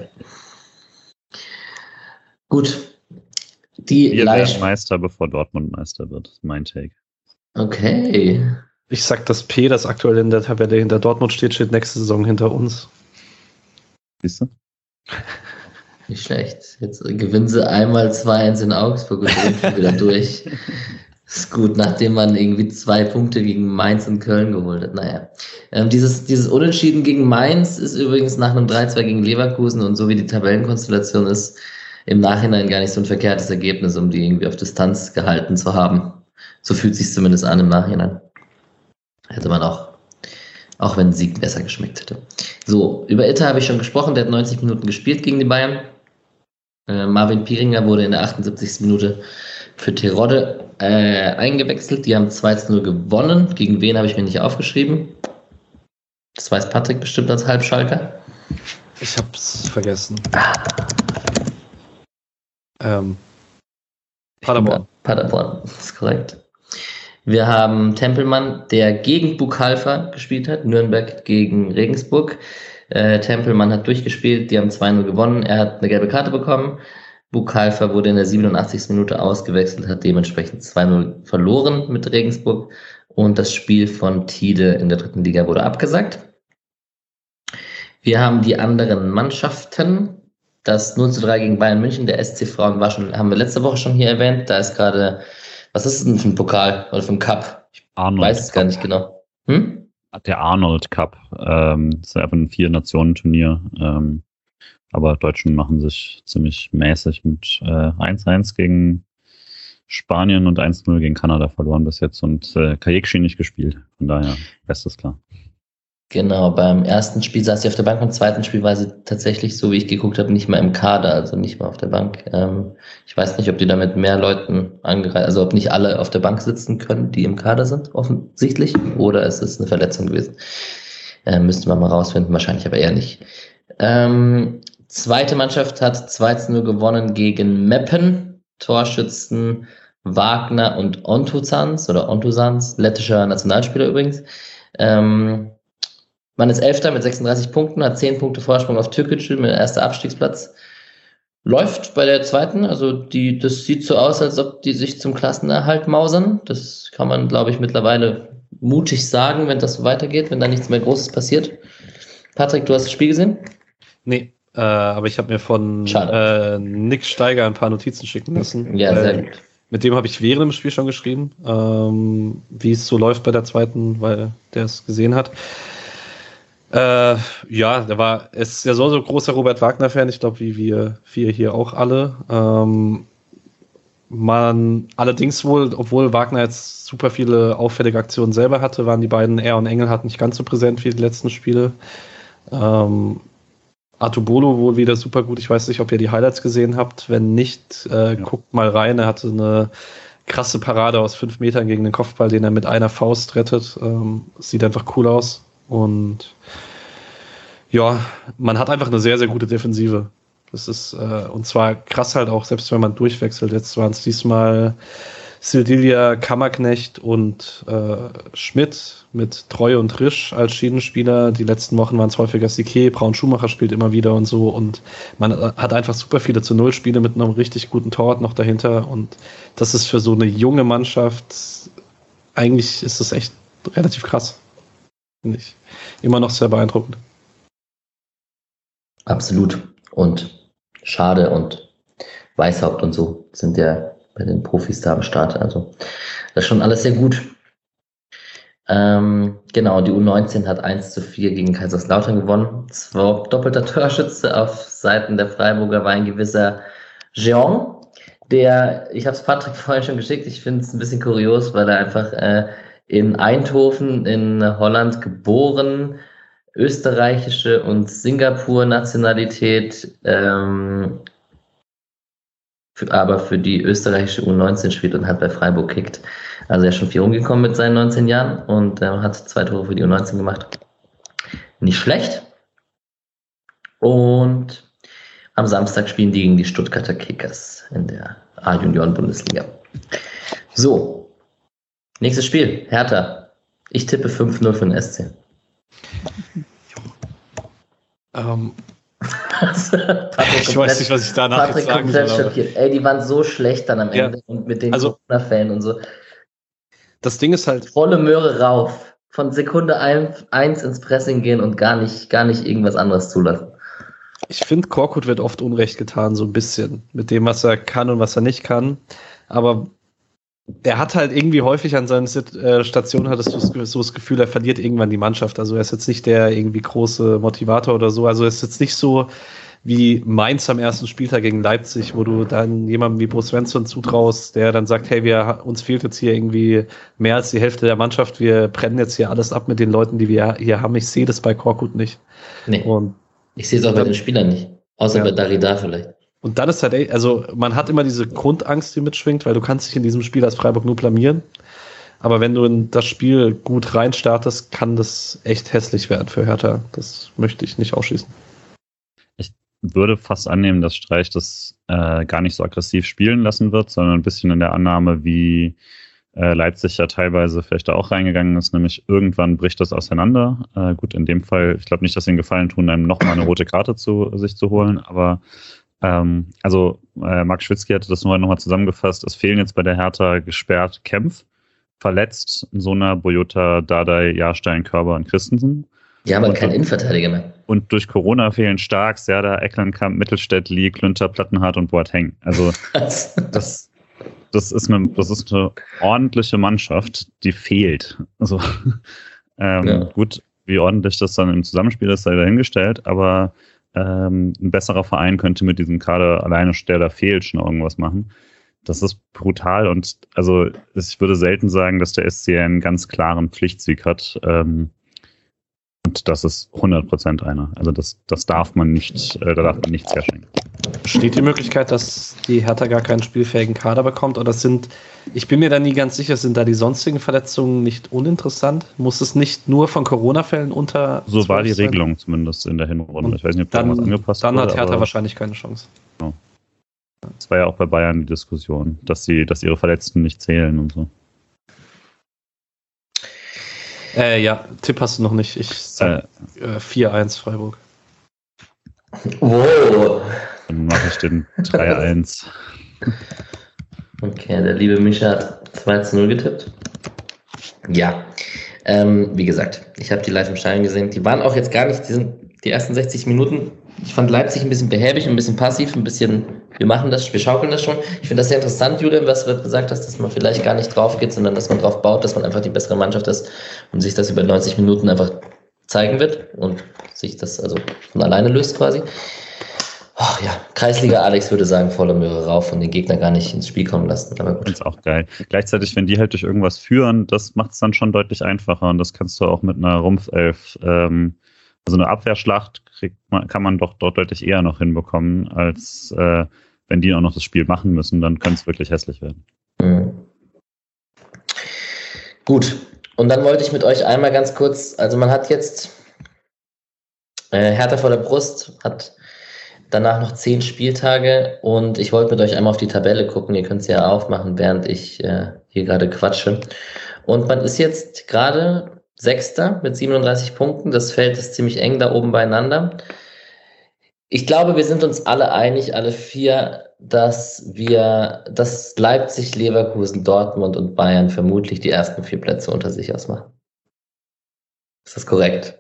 Gut. Wir werden Meister, bevor Dortmund Meister wird, ist mein Take. Okay. Ich sag, dass P, das aktuell in der Tabelle hinter Dortmund steht nächste Saison hinter uns. Siehst du? Nicht schlecht. Jetzt gewinnen sie einmal 2-1 in Augsburg und sind wieder durch. Ist gut, nachdem man irgendwie 2 Punkte gegen Mainz und Köln geholt hat. Naja. Dieses Unentschieden gegen Mainz ist übrigens nach einem 3-2 gegen Leverkusen und so wie die Tabellenkonstellation ist, im Nachhinein gar nicht so ein verkehrtes Ergebnis, um die irgendwie auf Distanz gehalten zu haben. So fühlt sich zumindest an im Nachhinein. Hätte man auch wenn ein Sieg besser geschmeckt hätte. So, über Itter habe ich schon gesprochen, der hat 90 Minuten gespielt gegen die Bayern. Marvin Pieringer wurde in der 78. Minute für Terodde eingewechselt. Die haben 2-0 gewonnen. Gegen wen habe ich mir nicht aufgeschrieben? Das weiß Patrick bestimmt als Halbschalker. Ich habe es vergessen. Paderborn, das ist korrekt. Wir haben Tempelmann, der gegen Buchhalter gespielt hat, Nürnberg gegen Regensburg. Tempelmann hat durchgespielt, die haben 2-0 gewonnen, er hat eine gelbe Karte bekommen. Buchhalter wurde in der 87. Minute ausgewechselt, hat dementsprechend 2-0 verloren mit Regensburg und das Spiel von Tide in der 3. Liga wurde abgesagt. Wir haben die anderen Mannschaften. Das 0-3 gegen Bayern München, der SC Frauen haben wir letzte Woche schon hier erwähnt. Da ist gerade, was ist es denn für ein Pokal oder für ein Cup? Ich weiß es gar nicht genau. Der Arnold Cup. Das ist einfach ein 4-Nationen-Turnier. Aber Deutschen machen sich ziemlich mäßig mit 1-1 gegen Spanien und 1-0 gegen Kanada verloren bis jetzt. Und Kajekci nicht gespielt. Von daher, bestes klar. Genau, beim ersten Spiel saß sie auf der Bank, beim zweiten Spiel war sie tatsächlich, so wie ich geguckt habe, nicht mal im Kader, also nicht mal auf der Bank. Ich weiß nicht, ob die da mit mehr Leuten also ob nicht alle auf der Bank sitzen können, die im Kader sind, offensichtlich, oder es ist eine Verletzung gewesen. Müsste man mal rausfinden, wahrscheinlich aber eher nicht. Zweite Mannschaft hat 2-0 gewonnen gegen Meppen, Torschützen Wagner und Ontuzans, lettischer Nationalspieler übrigens. Man ist Elfter mit 36 Punkten, hat 10 Punkte Vorsprung auf Türkgücü mit erster Abstiegsplatz. Läuft bei der zweiten, also das sieht so aus, als ob die sich zum Klassenerhalt mausern. Das kann man, glaube ich, mittlerweile mutig sagen, wenn das so weitergeht, wenn da nichts mehr Großes passiert. Patrick, du hast das Spiel gesehen? Nee, aber ich habe mir von Nick Steiger ein paar Notizen schicken lassen. Ja, sehr gut. Mit dem habe ich während dem Spiel schon geschrieben, wie es so läuft bei der zweiten, weil der es gesehen hat. Er ist ja so großer Robert Wagner-Fan, ich glaube, wie wir hier auch alle. Allerdings obwohl Wagner jetzt super viele auffällige Aktionen selber hatte, waren die beiden und Engelhardt nicht ganz so präsent wie die letzten Spiele. Artubolo wohl wieder super gut. Ich weiß nicht, ob ihr die Highlights gesehen habt. Wenn nicht, guckt mal rein. Er hatte eine krasse Parade aus 5 Metern gegen den Kopfball, den er mit einer Faust rettet. Sieht einfach cool aus. Und ja, man hat einfach eine sehr, sehr gute Defensive. Das ist, und zwar krass halt auch, selbst wenn man durchwechselt. Jetzt waren es diesmal Sildilia, Kammerknecht und Schmidt mit Treue und Risch als Schienenspieler. Die letzten Wochen waren es häufiger Sique, Braun-Schumacher spielt immer wieder und so. Und man hat einfach super viele zu Null Spiele mit einem richtig guten Torwart noch dahinter. Und das ist für so eine junge Mannschaft, eigentlich ist das echt relativ krass. Finde ich immer noch sehr beeindruckend. Absolut. Und Schade und Weishaupt und so sind ja bei den Profis da am Start. Also das ist schon alles sehr gut. Genau, die U19 hat 1:4 gegen Kaiserslautern gewonnen. Zwar doppelter Torschütze auf Seiten der Freiburger war ein gewisser Jean, der, ich habe es Patrick vorhin schon geschickt, ich finde es ein bisschen kurios, weil er einfach in Eindhoven in Holland geboren, österreichische und Singapur-Nationalität, aber für die österreichische U19 spielt und hat bei Freiburg kickt. Also er ist schon viel rumgekommen mit seinen 19 Jahren und hat 2 Tore für die U19 gemacht. Nicht schlecht. Und am Samstag spielen die gegen die Stuttgarter Kickers in der A-Junioren-Bundesliga. So, nächstes Spiel, Hertha. Ich tippe 5-0 für den SC. Ich weiß nicht, was ich danach Patrick sagen komplett soll. schockiert. Ey, die waren so schlecht dann am Ende und mit den Corona-Fällen und so. Das Ding ist halt, Volle Möhre rauf. Von Sekunde 1 ins Pressing gehen und gar nicht irgendwas anderes zulassen. ich finde, Korkut wird oft Unrecht getan, so ein bisschen. Mit dem, was er kann und was er nicht kann. Aber er hat halt irgendwie häufig an seinen Stationen, hattest du so das Gefühl, er verliert irgendwann die Mannschaft. Also er ist jetzt nicht der irgendwie große Motivator oder so. Also er ist jetzt nicht so wie Mainz am ersten Spieltag gegen Leipzig, wo du dann jemandem wie Bo Svensson zutraust, der dann sagt, hey, uns fehlt jetzt hier irgendwie mehr als die Hälfte der Mannschaft, wir brennen jetzt hier alles ab mit den Leuten, die wir hier haben. Ich sehe das bei Korkut nicht. Nee, und ich sehe es auch bei den Spielern nicht. Außer bei Darida vielleicht. Und dann ist halt, also man hat immer diese Grundangst, die mitschwingt, weil du kannst dich in diesem Spiel als Freiburg nur blamieren. Aber wenn du in das Spiel gut reinstartest, kann das echt hässlich werden für Hertha. Das möchte ich nicht ausschließen. Ich würde fast annehmen, dass Streich das gar nicht so aggressiv spielen lassen wird, sondern ein bisschen in der Annahme, wie Leipzig ja teilweise vielleicht da auch reingegangen ist, nämlich irgendwann bricht das auseinander. Gut, in dem Fall, ich glaube nicht, dass sie einen Gefallen tun, einem nochmal eine rote Karte sich zu holen, aber Marc Schwitzky hatte das nochmal zusammengefasst. Es fehlen jetzt bei der Hertha gesperrt Kempf, verletzt Sona, Boyota, Dardai, Jahrstein, Körber und Christensen. Ja, aber kein Innenverteidiger mehr. Und durch Corona fehlen Stark, Serda, Ecklenkamp, Mittelstädt, Lee, Klünter, Plattenhardt und Boateng. Also das ist eine ordentliche Mannschaft, die fehlt. Also gut, wie ordentlich das dann im Zusammenspiel ist, sei dahingestellt, aber ein besserer Verein könnte mit diesem Kader alleine, der da fehlt, schon irgendwas machen. Das ist brutal und also ich würde selten sagen, dass der SC einen ganz klaren Pflichtsieg hat. Und das ist 100% einer. Also das darf man nicht, da darf man nichts herschenken. Besteht die Möglichkeit, dass die Hertha gar keinen spielfähigen Kader bekommt? Oder ich bin mir da nie ganz sicher, sind da die sonstigen Verletzungen nicht uninteressant? Muss es nicht nur von Corona-Fällen unter... So war die Regelung zumindest in der Hinrunde. Und ich weiß nicht, ob da was angepasst wurde. Dann hat Hertha aber wahrscheinlich keine Chance. Genau. Das war ja auch bei Bayern die Diskussion, dass ihre Verletzten nicht zählen und so. Ja, Tipp hast du noch nicht. Ich sag 4-1 Freiburg. Wow. Dann mache ich den 3-1. Okay, der liebe Mischa hat 2-0 getippt. Ja, wie gesagt, ich habe die live im Stadion gesehen. Die waren auch jetzt gar nicht, die ersten 60 Minuten, ich fand Leipzig ein bisschen behäbig, ein bisschen passiv, ein bisschen, wir machen das, wir schaukeln das schon. Ich finde das sehr interessant, Julian, was du gesagt hast, dass man vielleicht gar nicht drauf geht, sondern dass man drauf baut, dass man einfach die bessere Mannschaft ist und sich das über 90 Minuten einfach zeigen wird und sich das also von alleine löst quasi. Oh ja, Kreisliga Alex würde sagen, volle Möhre rauf und den Gegner gar nicht ins Spiel kommen lassen. Aber gut. Das ist auch geil. Gleichzeitig, wenn die halt durch irgendwas führen, das macht es dann schon deutlich einfacher und das kannst du auch mit einer Rumpfelf, also eine Abwehrschlacht kann man doch dort deutlich eher noch hinbekommen, als wenn die auch noch das Spiel machen müssen, dann kann es wirklich hässlich werden. Mhm. Gut, Und dann wollte ich mit euch einmal ganz kurz, also man hat jetzt Hertha vor der Brust, hat danach noch 10 Spieltage und ich wollte mit euch einmal auf die Tabelle gucken. Ihr könnt es ja aufmachen, während ich hier gerade quatsche. Und man ist jetzt gerade Sechster mit 37 Punkten. Das Feld ist ziemlich eng da oben beieinander. Ich glaube, wir sind uns alle einig, alle 4, dass Leipzig, Leverkusen, Dortmund und Bayern vermutlich die ersten 4 Plätze unter sich ausmachen. Ist das korrekt?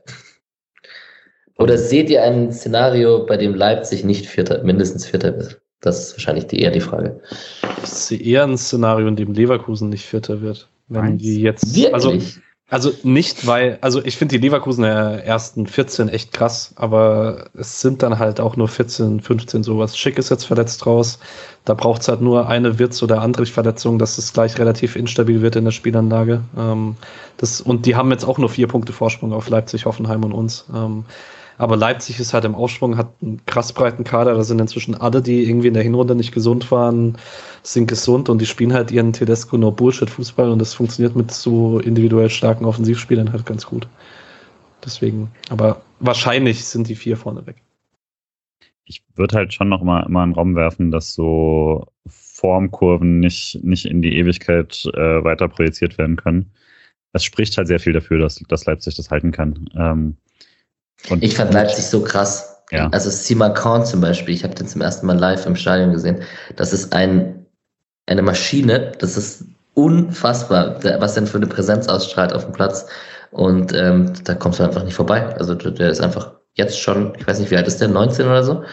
Oder seht ihr ein Szenario, bei dem Leipzig nicht mindestens Vierter wird? Das ist wahrscheinlich eher die Frage. Ich sehe eher ein Szenario, in dem Leverkusen nicht Vierter wird. Wenn die jetzt, Wirklich? Also nicht, weil, also ich finde die Leverkusener ersten 14 echt krass, aber es sind dann halt auch nur 14, 15 sowas. Schick ist jetzt verletzt raus. Da braucht es halt nur eine Wirtz- oder Andrich-Verletzung, dass es gleich relativ instabil wird in der Spielanlage. Und die haben jetzt auch nur 4 Punkte Vorsprung auf Leipzig, Hoffenheim und uns. Aber Leipzig ist halt im Aufschwung, hat einen krass breiten Kader. Da sind inzwischen alle, die irgendwie in der Hinrunde nicht gesund waren, sind gesund und die spielen halt ihren Tedesco No Bullshit Fußball und das funktioniert mit so individuell starken Offensivspielern halt ganz gut. Deswegen, aber wahrscheinlich sind die 4 vorne weg. Ich würde halt schon noch mal immer in den Raum werfen, dass so Formkurven nicht in die Ewigkeit weiter projiziert werden können. Es spricht halt sehr viel dafür, dass Leipzig das halten kann. Ich fand Leipzig so krass. Ja. Also Simakan zum Beispiel, ich habe den zum ersten Mal live im Stadion gesehen. Das ist eine Maschine, das ist unfassbar, was denn für eine Präsenz ausstrahlt auf dem Platz. Und da kommst du einfach nicht vorbei. Also der ist einfach jetzt schon, ich weiß nicht, wie alt ist der, 19 oder so?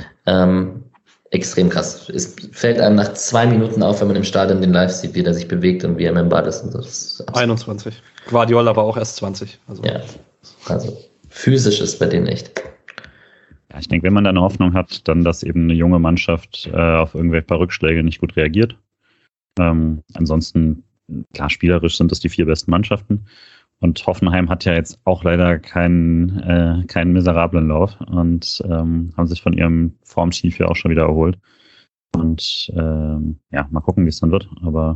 Extrem krass. Es fällt einem nach 2 Minuten auf, wenn man im Stadion den live sieht, wie der sich bewegt und wie er im Ball ist. Und so. Das ist 21. Guardiola aber auch erst 20. Ja, also physisch ist bei denen echt. Ja, ich denke, wenn man da eine Hoffnung hat, dann, dass eben eine junge Mannschaft auf irgendwelche paar Rückschläge nicht gut reagiert. Ansonsten, klar, spielerisch sind das die 4 besten Mannschaften. Und Hoffenheim hat ja jetzt auch leider keinen miserablen Lauf und haben sich von ihrem Formtief ja auch schon wieder erholt. Und ja, mal gucken, wie es dann wird. Aber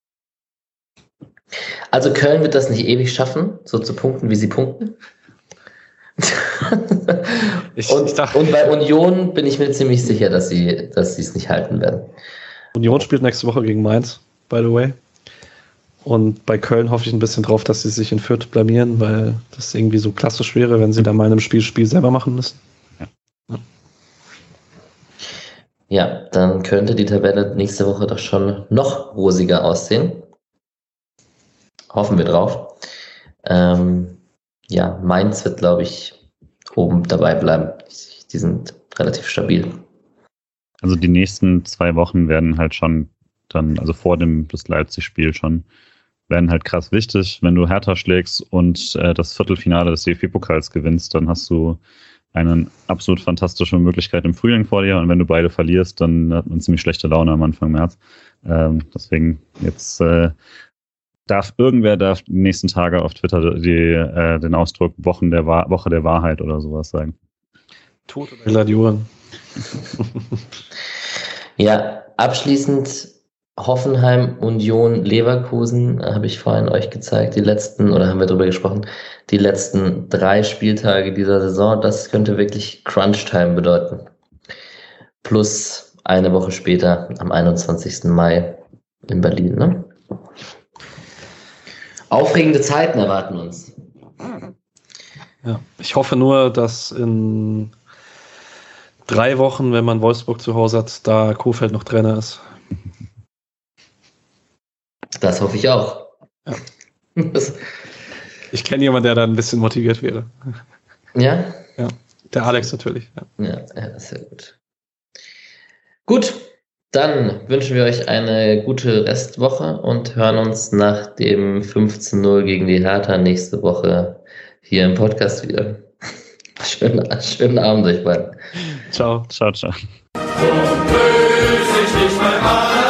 also Köln wird das nicht ewig schaffen, so zu punkten, wie sie punkten. Und bei Union bin ich mir ziemlich sicher, dass sie es nicht halten werden. Union spielt nächste Woche gegen Mainz, by the way. Und bei Köln hoffe ich ein bisschen drauf, dass sie sich in Fürth blamieren, weil das irgendwie so klassisch wäre, wenn sie da mal in einem Spiel selber machen müssen. Ja, dann könnte die Tabelle nächste Woche doch schon noch rosiger aussehen. Hoffen wir drauf. Ja, Mainz wird, glaube ich, oben dabei bleiben. Die sind relativ stabil. also die nächsten 2 Wochen werden halt schon dann, also vor das Leipzig-Spiel schon, werden halt krass wichtig. Wenn du Hertha schlägst und das Viertelfinale des DFB-Pokals gewinnst, dann hast du eine absolut fantastische Möglichkeit im Frühling vor dir. Und wenn du beide verlierst, dann hat man ziemlich schlechte Laune am Anfang März. Deswegen jetzt darf die nächsten Tage auf Twitter den Ausdruck Woche der Wahrheit oder sowas sagen. Tod oder Gladiolen. Ja, abschließend Hoffenheim, Union, Leverkusen, habe ich vorhin euch gezeigt, haben wir drüber gesprochen, die letzten 3 Spieltage dieser Saison, das könnte wirklich Crunch-Time bedeuten. Plus eine Woche später, am 21. Mai in Berlin, ne? Aufregende Zeiten erwarten uns. Ja, ich hoffe nur, dass in 3 Wochen, wenn man Wolfsburg zu Hause hat, da Kohfeldt noch Trainer ist. Das hoffe ich auch. Ja. Ich kenne jemanden, der da ein bisschen motiviert wäre. Ja? Ja, der Alex natürlich. Ja, sehr gut. Gut, dann wünschen wir euch eine gute Restwoche und hören uns nach dem 15-0 gegen die Hertha nächste Woche hier im Podcast wieder. Schönen Abend euch beiden. Ciao. Ciao, ciao. So böse ich nicht bei